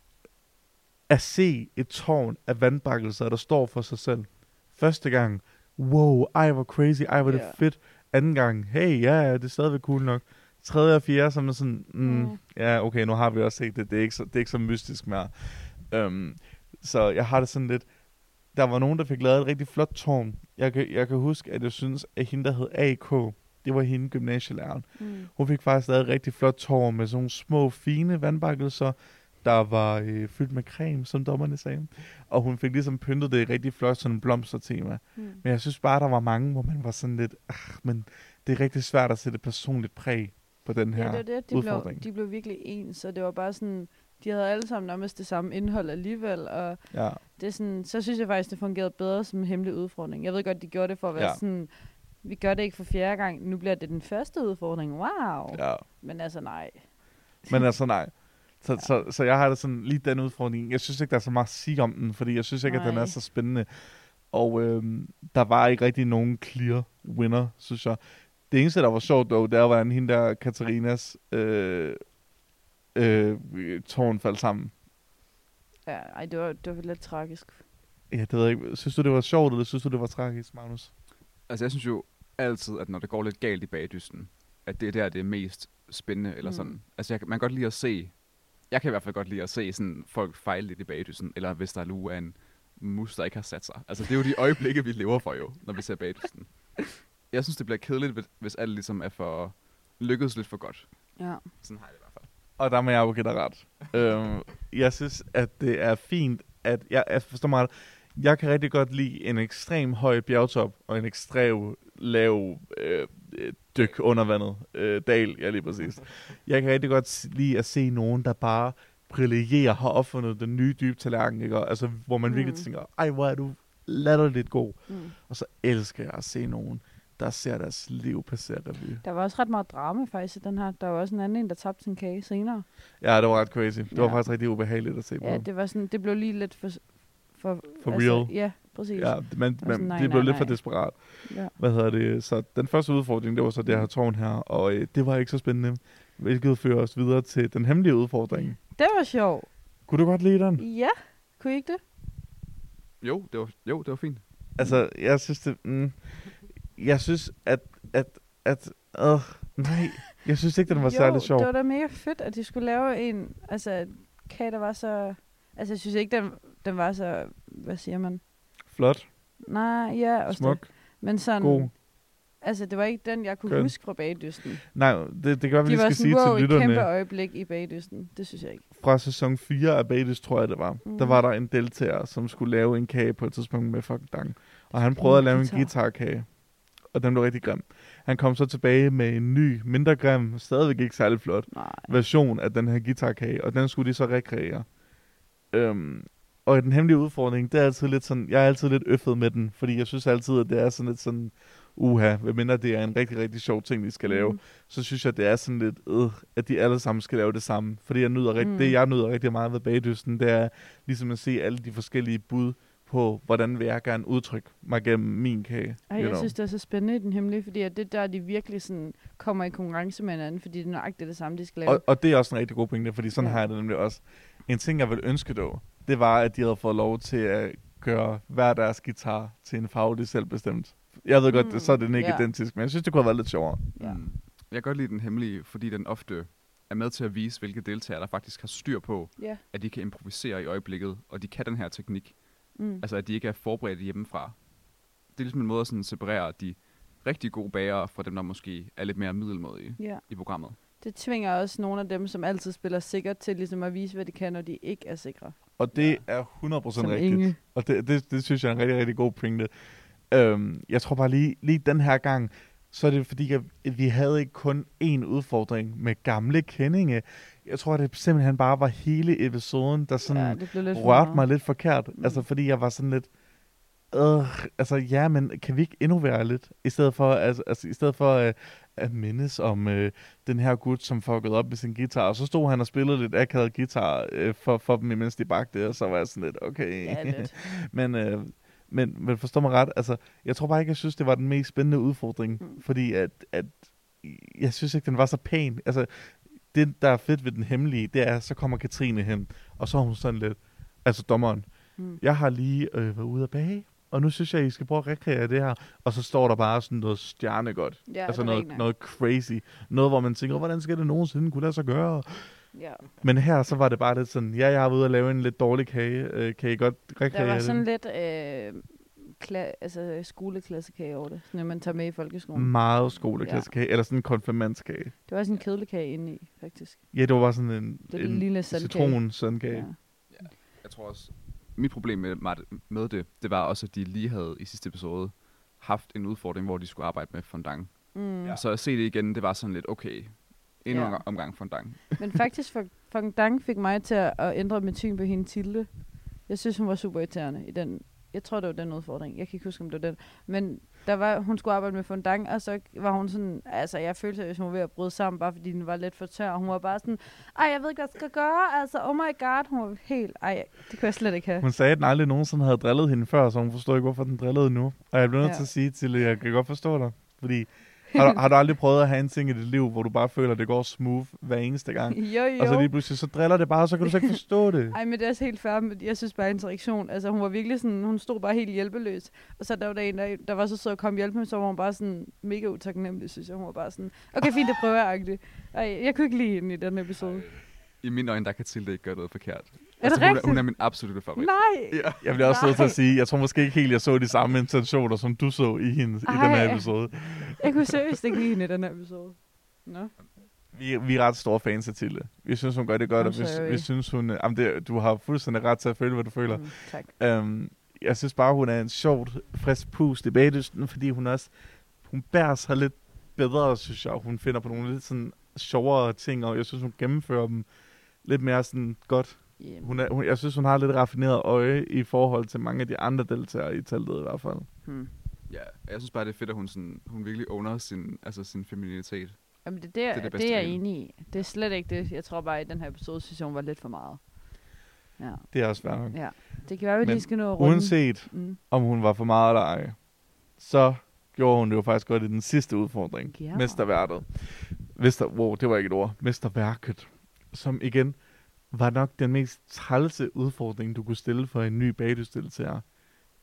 at se et tårn af vandbakkelser, der står for sig selv. Første gang, wow, ej hvor crazy, ej hvor det Ja. fedt. Anden gang, hey, ja, ja, det er stadigvæk cool nok. Tredje og fjerde, som er sådan, mm, Mm. ja, okay, nu har vi også set det, det er ikke så, det er ikke så mystisk mere. Um, så jeg har det sådan lidt, der var nogen, der fik lavet et rigtig flot tårn. Jeg kan, jeg kan huske, at jeg synes, at hende, der hed A K, det var hende gymnasielæreren. Mm. Hun fik faktisk lavet et rigtig flot tårn med sådan nogle små, fine vandbakkelser, der var øh, fyldt med creme, som dommerne sagde. Og hun fik ligesom pyntet det rigtig flot, sådan en blomstertema. Mm. Men jeg synes bare, der var mange, hvor man var sådan lidt, ah, men det er rigtig svært at sætte et personligt præg på den her Ja, det var det. De blev, udfordring. de blev virkelig ens, og det var bare sådan, de havde alle sammen nærmest det samme indhold alligevel, og Ja, det er sådan, så synes jeg faktisk, det fungerede bedre som en hemmelig udfordring. Jeg ved godt, de gjorde det for at være Ja. sådan, vi gør det ikke for fjerde gang, nu bliver det den første udfordring, wow. ja. Men altså nej. Men altså nej. Så, Ja. så, så jeg har det sådan lige den udfordring. Jeg synes ikke, der er så meget at sige om den, fordi jeg synes ikke, at den Nej. er så spændende. Og øhm, der var ikke rigtig nogen clear winner, synes jeg. Det eneste, der var sjovt dog, det var, hvordan hende der Katarinas øh, øh, tårn faldt sammen. Ja, ej, det var, det var lidt tragisk. Ja, det ved jeg ikke. Synes du, det var sjovt, eller synes du, det var tragisk, Magnus? Altså, jeg synes jo altid, at når det går lidt galt i bagdysten, at det er der, det er mest spændende, eller Mm. sådan. Altså, jeg, man kan godt lide at se, jeg kan i hvert fald godt lide at se sådan folk fejle lidt i bagdysten, eller hvis der nu er en mus, der ikke har sat sig. Altså, det er jo de øjeblikke, vi lever for jo, når vi ser bagdysten. Jeg synes, det bliver kedeligt, hvis- hvis alt ligesom er for lykkedes lidt for godt. Ja. Sådan har jeg det i hvert fald. Og der må jeg jo give dig ret. øhm, jeg synes, at det er fint, at jeg, jeg forstår mig ret. Jeg kan rigtig godt lide en ekstrem høj bjergtop og en ekstrem lav øh, øh, dyk under vandet. Øh, dal, ja lige præcis. Jeg kan rigtig godt s- lide at se nogen, der bare brillerer, har opfundet den nye dybe tallerken, ikke? Og altså, hvor man mm. virkelig Mm. tænker, ej, hvor er du latterligt god. Mm. Og så elsker jeg at se nogen, der ser deres liv passere revy. Der var også ret meget drama faktisk i den her. Der var også en anden en, der tabte sin kage senere. Ja, det var ret crazy. Det var Ja. faktisk rigtig ubehageligt at se på. Ja, det var sådan, det blev lige lidt for... For, For real. Ja, præcis. Ja, men, Og men sådan, nej, det blev nej, lidt for nej. desperat. Ja. Hvad hedder det? Så den første udfordring, det var så det her tårn her, og øh, det var ikke så spændende, hvilket fører os videre til den hemmelige udfordring. Det var sjovt. Kunne du godt lide den? Ja, kunne I ikke det? Jo, det var, jo, det var fint. Altså, jeg synes det... Mm, jeg synes, at... at, at øh, nej, jeg synes ikke, den var særlig sjov. Jo, det var da mega fedt, at de skulle lave en... Altså, kage, der var så... Altså, jeg synes ikke, den, den var så... Hvad siger man? Flot. Nej, ja, også Smuk. det. Men sådan... God. Altså, det var ikke den, jeg kunne Køn. huske fra Bagdysten. Nej, det, det gør, vi De lige var skal sige sådan, wow, til et kæmpe lytterne. øjeblik i Bagdysten. Det synes jeg ikke. Fra sæson fire af Bagdyst, tror jeg det var. Mm. Der var der en deltager, som skulle lave en kage på et tidspunkt med fucking dang. Og han prøvede at lave en guitar. guitarkage. Og den blev rigtig grim. Han kom så tilbage med en ny, mindre grim, stadigvæk ikke særlig flot Nej. version af den her guitarkage. Og den skulle de så rekreere. Øhm, og i den hemmelige udfordring, det er altid lidt sådan, jeg er altid lidt øffet med den. Fordi jeg synes altid, at det er sådan lidt sådan, uha, hvad mindre det er en rigtig, rigtig sjov ting, de skal lave. Mm. Så synes jeg, det er sådan lidt, øh, at de alle sammen skal lave det samme. Fordi jeg nyder rigt- Mm. det, jeg nyder rigtig meget ved Bagdysten, det er ligesom at se alle de forskellige bud på, hvordan vil jeg gerne udtrykke mig gennem min kage. Ej, you jeg know. synes, det er så spændende i den hemmelige, fordi at det der, de virkelig sådan kommer i konkurrence med hinanden, fordi det er nøjagtigt det samme, de skal lave. og, og det er også en rigtig god pointe, fordi sådan Ja. har jeg det nemlig også. En ting, jeg ville ønske dog, det var, at de havde fået lov til at gøre hver deres guitar til en farve, de selv bestemt. Jeg ved godt, Mm, det, så er det ikke ja. identisk, men jeg synes, det kunne have været lidt sjovere. Ja. Mm. Jeg kan godt lide den hemmelige, fordi den ofte er med til at vise, hvilke deltagere, der faktisk har styr på, Ja. at de kan improvisere i øjeblikket, og de kan den her teknik. Mm. Altså, at de ikke er forberedt hjemmefra. Det er ligesom en måde at sådan separere de rigtig gode bagere fra dem, der måske er lidt mere middelmådige Ja. i programmet. Det tvinger også nogle af dem, som altid spiller sikkert, til ligesom at vise, hvad de kan, når de ikke er sikre. Og det Ja. er hundrede procent Som rigtigt. Inge. Og det, det, det synes jeg er en rigtig, rigtig god pointe. Øhm, jeg tror bare lige, lige den her gang, så er det fordi, at vi havde ikke kun én udfordring med gamle kendinge. Jeg tror, at det simpelthen bare var hele episoden, der sådan Ja, det blev lidt for rørte meget. mig lidt forkert. Mm. Altså fordi jeg var sådan lidt, øh, altså ja, men kan vi ikke innovere lidt? I stedet for, altså, altså, i stedet for øh, at mindes om øh, den her gut, som fuckede op med sin guitar, og så stod han og spillede lidt akavet guitar øh, for, for dem, imens de bagte, og så var jeg sådan lidt, okay. Ja, lidt. men, øh, men, men forstå mig ret, altså, jeg tror bare ikke, jeg synes, det var den mest spændende udfordring, Mm. fordi at, at, jeg synes ikke, den var så pæn. Altså, det, der er fedt ved den hemmelige, det er, så kommer Katrine hen, og så er hun sådan lidt, altså dommeren, Mm. jeg har lige øh, været ude at bage, og nu synes jeg, I skal prøve at rekreere det her. Og så står der bare sådan noget stjernegodt. Ja, altså det er noget, rigtigt. noget crazy. Noget, hvor man tænker, hvordan skal det nogensinde kunne lade sig gøre? Ja. Men her, så var det bare lidt sådan, ja, jeg har været ude at lave en lidt dårlig kage. Øh, kan I godt rekreere Der var det? sådan lidt øh, kla- altså, skoleklassekage over det, sådan at man tager med i folkeskolen. Meget skoleklassekage, ja. Eller sådan en konfirmandskage. Det var også en kedelig kage inde i, faktisk. Ja, det var bare sådan en, Det er en en lille sandkage. citron-sandkage. Ja. Jeg tror også, mit problem med, med det, det var også, at de lige havde i sidste episode haft en udfordring, hvor de skulle arbejde med fondant. Mm. Ja. Så at se det igen, det var sådan lidt, okay, endnu Ja. en omgang fondant. Men faktisk, Fondant fik mig til at, at ændre metyn på hende Tilde. Jeg synes, hun var super irriterende i den. Jeg tror, det var den udfordring. Jeg kan ikke huske, om det var den. Men der var, hun skulle arbejde med fondant, og så var hun sådan, altså jeg følte, at hun var ved at bryde sammen, bare fordi den var lidt for tør. Og hun var bare sådan, ej, jeg ved ikke, hvad jeg skal gøre. Altså, oh my god, hun var helt, ej, det kunne jeg slet ikke have. Hun sagde, at den aldrig nogensinde havde drillet hende før, så hun forstod ikke, hvorfor den drillede nu. Og jeg blev nødt Ja. til at sige til, at jeg kan godt forstå dig. Fordi, har du, har du aldrig prøvet at have en ting i dit liv, hvor du bare føler, at det går smooth hver eneste gang? Jo, jo. Og så lige pludselig, så driller det bare, så kan du så ikke forstå det. Ej, men det er også helt fair, men jeg synes bare interaktion, altså hun var virkelig sådan, hun stod bare helt hjælpeløs, og så der var der en, der, der var så sød at komme hjælpe med, så var hun bare sådan mega utaknemmelig, synes jeg, hun var bare sådan, okay, fint, det prøver jeg, agtigt. Ej, jeg kunne ikke lide hende i den episode. I mine øjne, der kan Tilde ikke gøre noget forkert. Er det hun, er, rigtigt? hun er min absolutte favorit. Nej! Ja. Jeg bliver også nødt til Nej. at sige, jeg tror måske ikke helt, jeg så de samme intentioner, som du så i, hende, i den her Ej. episode. Jeg kunne seriøst ikke lide hende i den her episode. Nå. Vi, vi er ret store fans af Tilde. Vi synes, hun gør det godt, I'm og vi, sorry. vi synes, hun... Jamen det, du har fuldstændig ret til at føle, hvad du føler. Mm, tak. Um, jeg synes bare, hun er en sjovt, frisk pust i bagdysten, fordi hun også... Hun bærer sig lidt bedre, synes jeg. Hun finder på nogle lidt sådan sjovere ting, og jeg synes, hun gennemfører dem lidt mere sådan godt. Yeah. Hun er, hun, jeg synes, hun har lidt raffineret øje i forhold til mange af de andre deltagere i teltet i hvert fald. Hmm. Ja, jeg synes bare, det er fedt, at hun, sådan, hun virkelig owner sin, altså sin femininitet. Jamen, det, det, Det er det, det det, bedste det er jeg ved hende. enig i. Det er slet ikke det. Jeg tror bare, at i den her episode, synes jeg, hun var lidt for meget. Ja, Det er også værd nok. ja. Det kan være, at vi Men lige skal nå at runde. Uanset Mm. om hun var for meget eller ej, så gjorde hun det jo faktisk godt i den sidste udfordring. Ja. Mesterværket. Mester, wow, det var ikke et ord. Mesterværket. Som igen var nok den mest trælse udfordring, du kunne stille for en ny bagdysdeltager.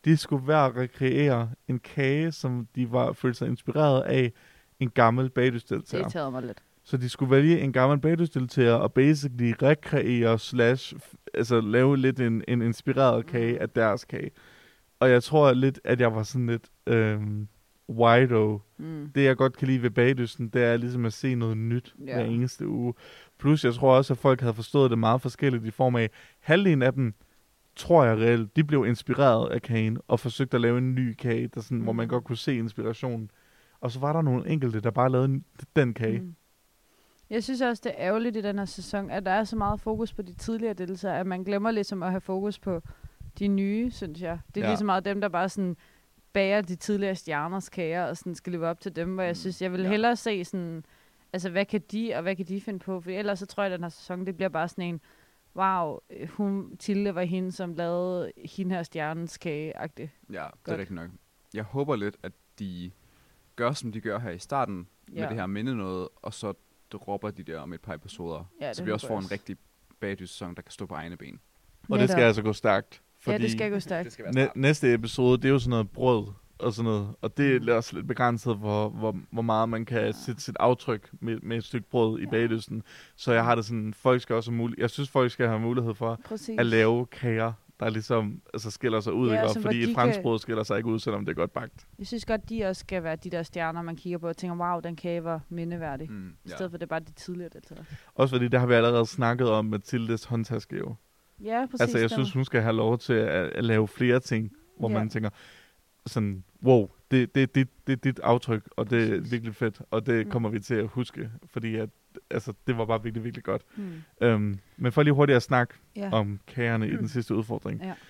de skulle hver rekreere en kage, som de var følte sig inspireret af en gammel bagdysdeltager. Det tager mig lidt. Så de skulle vælge en gammel bagdysdeltager og basically rekreere slash, altså lave lidt en, en inspireret kage af deres kage. Og jeg tror lidt, at jeg var sådan lidt øhm, wide Mm. Det jeg godt kan lide ved bagdysten, det er ligesom at se noget nyt Ja. hver eneste uge. Plus jeg tror også, at folk havde forstået det meget forskelligt i form af, halvdelen af dem, tror jeg reelt, de blev inspireret af kagen og forsøgte at lave en ny kage, der sådan, mm. hvor man godt kunne se inspirationen. Og så var der nogle enkelte, der bare lavede den kage. Mm. Jeg synes også, det er ærgerligt i den her sæson, at der er så meget fokus på de tidligere deltagere, at man glemmer ligesom at have fokus på de nye, synes jeg. Det er Ja. lige så meget dem, der bare sådan bager de tidligere stjerners kager, og sådan skal leve op til dem, hvor jeg synes, jeg vil Ja. hellere se sådan, altså hvad kan de, og hvad kan de finde på? For ellers så tror jeg, at den her sæson, det bliver bare sådan en, wow, hun, Tilde var hende, som lavede hende her stjernens kage-agtigt. Ja, det er Godt. rigtigt nok. Jeg håber lidt, at de gør, som de gør her i starten, ja. med det her minde noget, og så dropper de der om et par episoder. Ja, så det vi også håber får jeg en rigtig bagdyst-sæson, der kan stå på egne ben. Og det skal altså gå stærkt. Ja, Fordi det skal gå stærkt. Det skal være næ- start. næste episode, det er jo sådan noget brød og sådan noget. Og det er også lidt begrænset, hvor, hvor, hvor meget man kan ja. sætte sit aftryk med, med et stykke brød i Ja. bagdysten. Så jeg har det sådan, folk skal også have mulighed. Jeg synes, folk skal have mulighed for Præcis. at lave kager, der ligesom altså, skiller sig ud. Ja, Ikke? Og som hvor fordi de et fransk kan- brød skiller sig ikke ud, selvom det er godt bagt. Jeg synes godt, de også skal være de der stjerner, man kigger på og tænker, wow, den kage var mindeværdig. Mm, I ja. stedet for, det er bare de tidligere deltagere. Også fordi, det har vi allerede snakket om Mathildes håndtaske jo. Ja, præcis. Altså, jeg det synes, hun skal have lov til at, at lave flere ting, hvor Ja. man tænker sådan, wow, det, det, det, det er dit aftryk, og det er Præcis. virkelig fedt, og det Mm. kommer vi til at huske, fordi at, altså, det var bare virkelig, virkelig godt. Hmm. Øhm, men for lige hurtigt at snakke Ja. om kagerne mm. i den Mm. sidste udfordring. Ja.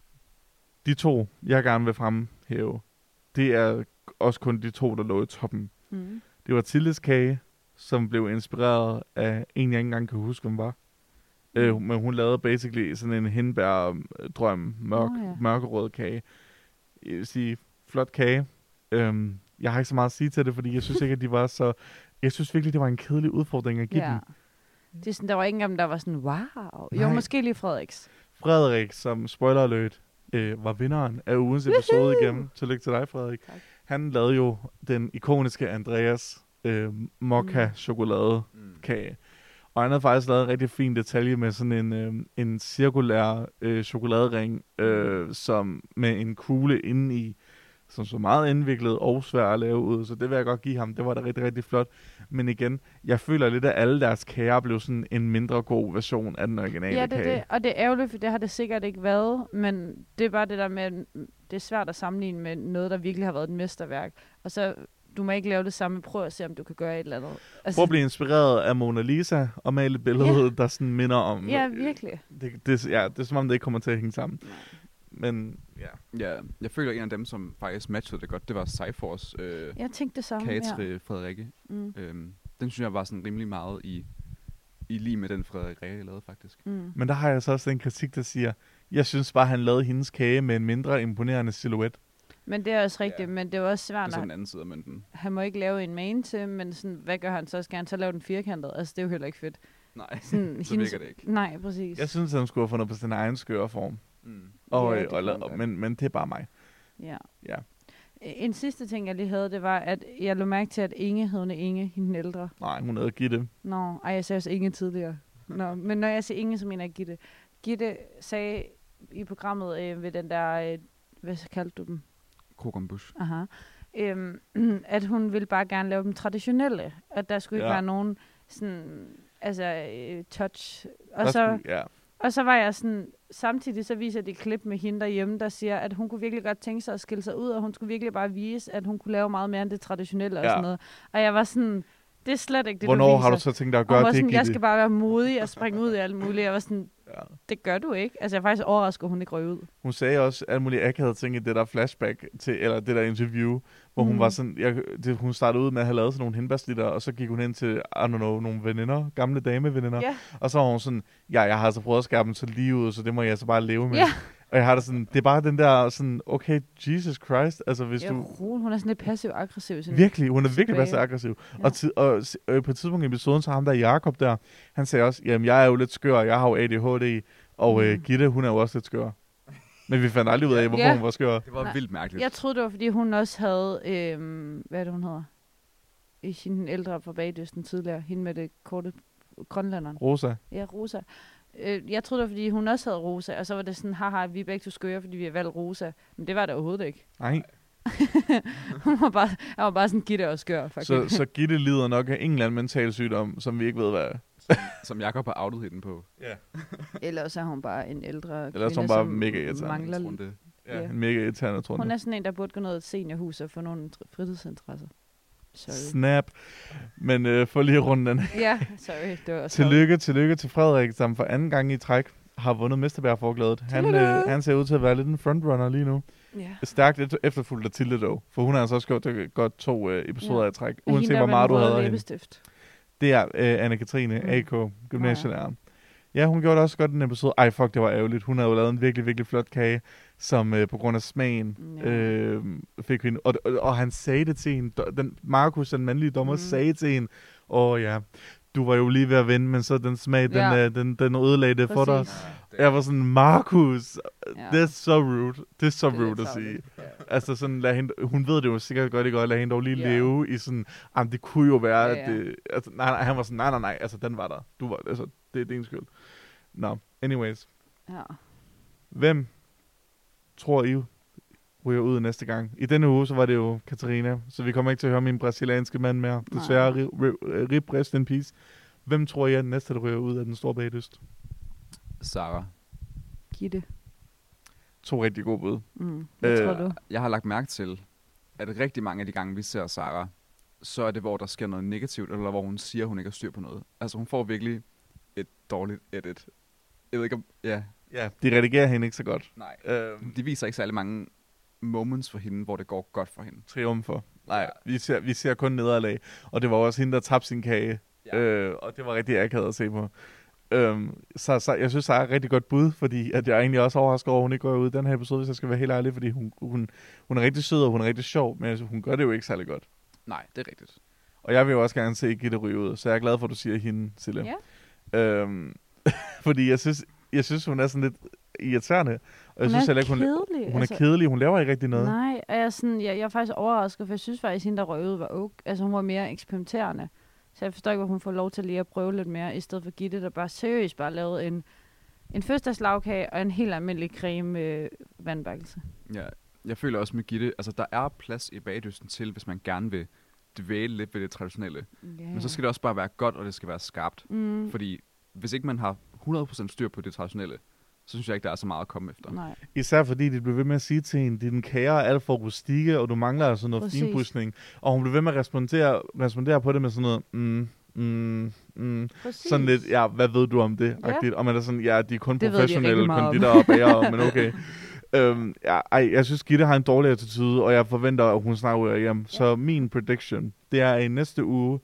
De to, jeg gerne vil fremhæve, det er også kun de to, der lå i toppen. Mm. Det var Tildes kage, som blev inspireret af en, jeg ikke engang kan huske, hvem var. Mm. Øh, men hun lavede basically sådan en hindbær-drøm, mørk, Nå, ja. mørkerød kage. Jeg vil sige, flot kage. Øhm, jeg har ikke så meget at sige til det, fordi jeg synes ikke, at de var så... Jeg synes virkelig, det var en kedelig udfordring at give Ja. dem. Det er sådan, der var ikke engang, der var sådan, wow. Jo, Nej. måske lige Frederiks. Frederik, som spoiler alert, øh, var vinderen af ugens episode igennem. Tillykke til dig, Frederik. Tak. Han lavede jo den ikoniske Andreas øh, mokka-chokoladekage. Mm. Og han havde faktisk lavet en rigtig fin detalje med sådan en, øh, en cirkulær øh, chokoladering, øh, som med en kugle indeni, som så meget indviklet og svær at lave ud. Så det vil jeg godt give ham. Det var da rigtig, rigtig flot. Men igen, jeg føler lidt, at alle deres kager blev sådan en mindre god version af den originale Ja, det, kage. det, og det er ærgerligt, for det har det sikkert ikke været, men det er bare det der med, at det er svært at sammenligne med noget, der virkelig har været et mesterværk. Og så, du må ikke lave det samme, prøv at se, om du kan gøre et eller andet. Altså, Prøv at blive inspireret af Mona Lisa og male et billede, Ja. der sådan minder om... Ja, virkelig. Det, det, ja, det er som om, det ikke kommer til at hænge sammen. Men ja. Ja, jeg føler, at en af dem, som faktisk matchede det godt, det var Cyfors øh, Jeg tænkte det samme. kage Ja. til Frederikke. Mm. Øhm, den synes jeg var sådan rimelig meget i, i lige med den Frederikke lavede, faktisk. Mm. Men der har jeg så også en kritik, der siger, jeg synes bare, han lavede hendes kage med en mindre imponerende silhuet. Men det er også rigtigt, Ja. men det er jo også Det svært, er så når den anden side af mønten. han må ikke lave en main til, men sådan, hvad gør han så? Skal han så lave den firkantet? Altså, det er jo heller ikke fedt. Nej, Sådan, så virker det ikke. Nej, præcis. Jeg synes, han skulle have fundet på sin egen skøre form. Mm. Og, Ja, ja, det og, kan og, man og, godt. men, men det er bare mig. Ja. Ja. En sidste ting, jeg lige havde, det var, at jeg lå mærke til, at Inge hed hun Inge, hende den ældre. Nej, hun havde givet det. Nå, ej, jeg sagde også Inge tidligere. Nå, men når jeg siger Inge, så mener jeg Gitte. Gitte sagde i programmet øh, ved den der, øh, hvad kaldte du dem? Kokombush. Aha. Øhm, at hun ville bare gerne lave dem traditionelle. At der skulle ikke Ja. være nogen sådan, altså øh, touch. Og Der så, skulle- ja. og så var jeg sådan, samtidig så viser de et klip med hende derhjemme, der siger, at hun kunne virkelig godt tænke sig at skille sig ud, og hun skulle virkelig bare vise, at hun kunne lave meget mere end det traditionelle og Ja. sådan noget. Og jeg var sådan, det er slet ikke det, Hvornår du viser. har du så tænkt dig at Og gøre hun var det, sådan, jeg Gitte? skal bare være modig og springe ud i alt muligt. Jeg var sådan, Ja. det gør du ikke. Altså, jeg er faktisk overrasket, at hun ikke røg ud. Hun sagde også alt muligt akavet ting i det der flashback, til, eller det der interview, hvor hun Mm. var sådan, jeg, det, hun startede ud med at have lavet sådan nogle hindbærslitter, og så gik hun ind til, I don't know, nogle veninder, gamle dameveninder, Ja. og så var hun sådan, ja, jeg har altså prøvet at skære dem så lige ud, så det må jeg altså bare leve med. Ja. Og jeg har det sådan, det er bare den der sådan, okay, Jesus Christ, altså hvis Ja, du... Rune, hun er sådan lidt passiv-aggressiv. Sådan. Virkelig, hun er virkelig tilbage. været så aggressiv. Ja. Og, ti- og s- øh, på et tidspunkt i episoden, så ham der Jakob der, han sagde også, jamen jeg er jo lidt skør, jeg har jo A D H D, og øh, Mm. Gitte, hun er jo også lidt skør. Men vi fandt aldrig ud af, hvorfor Ja. hun var skør. Det var Nej. vildt mærkeligt. Jeg troede, det var, fordi hun også havde, øhm, hvad er det, hun hedder? I sin ældre fra Bagdysten tidligere. Hende med det korte grønlanderen. Rosa. Ja, Rosa. Øh, jeg troede, det var, fordi hun også havde Rosa, og så var det sådan, haha, vi er begge to skøre, fordi vi har valgt Rosa. Men det var det overhovedet ikke. Nej. Hun var bare, jeg var bare sådan, Gitte og skør, faktisk. Så, så Gitte lider nok af en eller anden mental sygdom, som vi ikke ved, hvad er. Som Jacob har outet hende på. Ja. Eller så er hun bare en ældre Eller så er kvinde, hun bare som mega irriterende. mangler. Jeg tror, det. Ja, Ja. en mega irriterende, tror Hun jeg. er sådan en, der burde gå ned i et seniorhus og få nogle tr- fritidsinteresser. Sorry. Snap. Men øh, for lige at runde den. Ja, sorry. Det var Tillykke, tillykke til Frederik, som for anden gang i træk har vundet Mesterberg-forglædet. Han, Tillykke. øh, han ser ud til at være lidt en frontrunner lige nu. Ja. Stærkt et- efterfulgt af Tilde dog, for hun har altså også gjort det godt to øh, episoder Ja. ja. i træk, Og uanset hende, hvor der meget du med den havde røde af hende. læbestift. Det er øh, Anne-Katrine, Mm. A K, gymnasielæreren. Ja, hun gjorde det også godt den episode. Ej, fuck, det var ærgerligt. Hun havde jo lavet en virkelig, virkelig flot kage, som øh, på grund af smagen Ja. øh, fik hende. Og, og, og han sagde det til hende. Do- Den, Markus, den mandlige dommer, Mm. mm. sagde til hende, åh ja, du var jo lige ved at vinde, men så den smag, den, Ja. øh, den, den ødelagde det for dig. Præcis. Jeg var sådan, Markus, Ja. det er så rude. Det er så Det er rude lidt at sige. tarveligt. Ja. Altså sådan, lad hende, hun ved det jo sikkert godt, det godt, lad hende dog lige Ja. leve i sådan, jamen det kunne jo være, Ja, at ja. det, altså, nej, nej, han var sådan, nej, nej, nej, altså den var der. Du var, altså, det er din skyld. Nå, anyways. Ja. Hvem tror I ryger ud næste gang? I denne uge, så var det jo Katarina, så vi kommer ikke til at høre min brasilianske mand mere. Desværre, Nej. ri- ri- rip rest in peace. Hvem tror I er den næste, der ryger ud af den store bagdyst? Sarah. Gitte. To rigtig gode bud. Mm. Hvad Øh, tror du? Jeg har lagt mærke til, at rigtig mange af de gange, vi ser Sarah, så er det, hvor der sker noget negativt, eller hvor hun siger, at hun ikke har styr på noget. Altså, hun får virkelig et dårligt edit. Jeg ved ikke om... Ja, Ja, de redigerer hende ikke så godt. nej. Øhm, De viser ikke særlig mange moments for hende, hvor det går godt for hende. triumfer. Nej, Ja. vi ser, vi ser kun nederlag. Og det var også hende, der tabte sin kage. Ja. Øh, og det var rigtig akavet at se på. Øhm, så, så jeg synes, Sarah er et rigtig godt bud, fordi at jeg er egentlig også overrasket over, at hun ikke går ud i den her episode, hvis jeg skal være helt ærlig, fordi hun, hun, hun er rigtig sød, og hun er rigtig sjov, men altså, hun gør det jo ikke særlig godt. Nej, det er rigtigt. Og jeg vil jo også gerne se Gitte ryge ud, så jeg er glad for, at du siger hende, Sille. Ja. Øhm, fordi jeg synes, jeg synes, hun er sådan lidt irriterende. Og jeg Hun synes er heller ikke, hun, kedelig, hun altså. er kedelig. Hun laver ikke rigtig noget. Nej, og jeg, er sådan, jeg, jeg er faktisk overrasket, for jeg synes faktisk, at hende, der røg ud, var okay. Altså, hun var mere eksperimenterende. Så jeg forstår ikke, hvor hun får lov til lige at prøve lidt mere, i stedet for Gitte, der bare seriøst bare lavede en, en fødselsdagslagkage og en helt almindelig creme øh, vandbakkelse. Ja, jeg føler også med Gitte, altså der er plads i bagdysten til, hvis man gerne vil dvæle lidt ved det traditionelle. Ja. Men så skal det også bare være godt, og det skal være skarpt. Mm, Fordi hvis ikke man har hundrede procent styr på det traditionelle, så synes jeg ikke, der er så meget at komme efter. nej. Især fordi de blev ved med at sige til hende, dine kager er alt for rustikke, og du mangler altså noget Præcis. finpudsning. Og hun blev ved med at respondere, respondere på det med sådan noget, mm, mm, mm. Præcis. Sådan lidt, ja, hvad ved du om det? Ja. Ja. Og man er sådan, ja, de er kun Det ved de professionelle rigtig meget om. konditorer og bager, men okay. øhm, ja, ej, jeg synes, Gitte har en dårlig attitude, og jeg forventer, at hun snart ryger hjem. Ja. Så min prediction, det er i næste uge.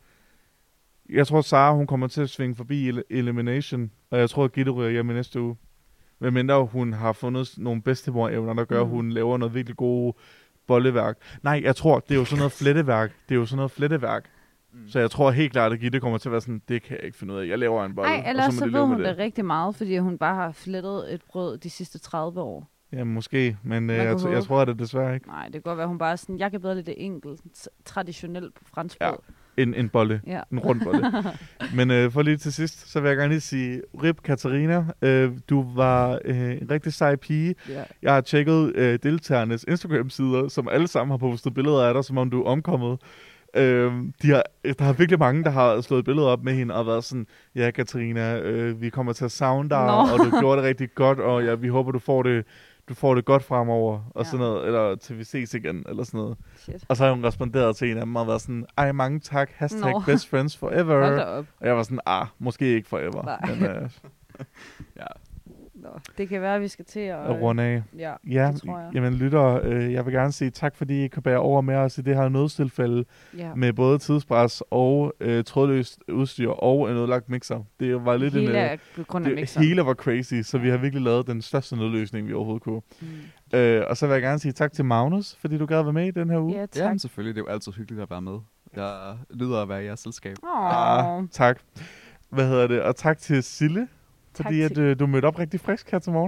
Jeg tror, Sarah, hun kommer til at svinge forbi el- Elimination, og jeg tror, at Gitte ryger hjem i næste uge. Men mindre hun har fundet nogle bedstemor-evner, der gør, mm. Mm. at hun laver noget virkelig gode bolleværk. Nej, jeg tror, det er jo sådan noget fletteværk. Det er jo sådan noget fletteværk. Mm. Så jeg tror helt klart, at Gitte kommer til at være sådan, det kan jeg ikke finde ud af. Jeg laver en bolle, Nej, og ellers så så, må de ved leve hun med det rigtig meget, fordi hun bare har flettet et brød de sidste tredive år. Ja, måske, men øh, Man jeg, kunne t- jeg håbe. tror, at det desværre ikke. Nej, det kan godt være, hun bare er sådan, jeg kan bedre lide det enkelt, t- traditionelt franskbrød. En, en bolle. Ja. En rund bolle. Men øh, for lige til sidst, så vil jeg gerne lige sige, Rip Katarina, øh, du var øh, en rigtig sej pige. ja. Jeg har tjekket øh, deltagernes Instagram-sider, som alle sammen har postet billeder af dig, som om du er omkommet. Øh, de har, der har virkelig mange, der har slået billeder op med hende og været sådan, ja Katarina, øh, vi kommer til at savne dig, Nå. og du gjorde det rigtig godt, og ja, vi håber, du får det, du får det godt fremover, og Ja. sådan noget, eller til vi ses igen, eller sådan noget. Shit. Og så har hun responderet til en af dem og været sådan, ej, mange tak, hashtag Nå. best friends Hold forever. da op. Og jeg var sådan, ah, måske ikke forever. Nej. Men øh, Ja. Nå, det kan være, at vi skal til at... at runde af. Ja, Ja, det tror jeg. jamen lytter, øh, jeg vil gerne sige tak, fordi I kan bære over med os i det her nødstilfælde Ja. med både tidspres og øh, trådløst udstyr og en ødelagt mixer. Det var lidt Hele en... er på grund af Det mixeren. hele var crazy, så vi har virkelig lavet den største nødløsning, vi overhovedet kunne. Mm. Øh, og så vil jeg gerne sige tak til Magnus, fordi du gad være med i den her uge. Ja, Ja, tak. men selvfølgelig. Det er jo altid hyggeligt at være med. Jeg lyder at være i jeres selskab. Åh, Ah, tak. Hvad hedder det? Og tak til Sille, fordi Tak at, til- øh, du mødte op rigtig frisk her til morgen.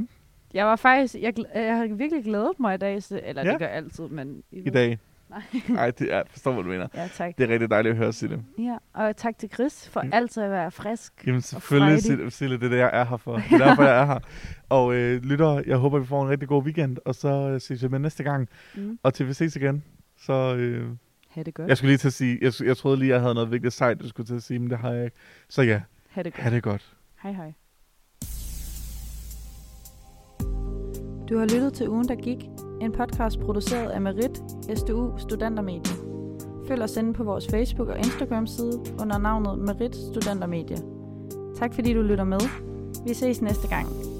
Jeg var faktisk, jeg, gl- jeg har virkelig glædet mig i dag, så, eller Ja. det gør jeg altid, men... I dag. Nej. Nej, det er, forstår hvad du mener. Ja, tak. Det er rigtig dejligt at høre, Sille. Ja, og tak til Chris for Mm. altid at være frisk. Jamen selvfølgelig, frejdig. Sille, Sille, det er det, jeg er her for. Det er derfor, jeg er her. Og øh, lytter, jeg håber, vi får en rigtig god weekend, og så øh, ses vi med næste gang. Mm. Og til vi ses igen, så... Øh, Ha' det godt. jeg skulle lige til at sige, jeg, jeg troede lige, jeg havde noget vigtigt sejt, du skulle til at sige, men det har jeg ikke. Så ja, Ha' det godt. ha' det godt. Hej hej. Du har lyttet til Ugen, der gik. En podcast produceret af Merit, S D U Studentermedie. Følg os inde på vores Facebook- og Instagram-side under navnet Merit Studentermedie. Tak fordi du lytter med. Vi ses næste gang.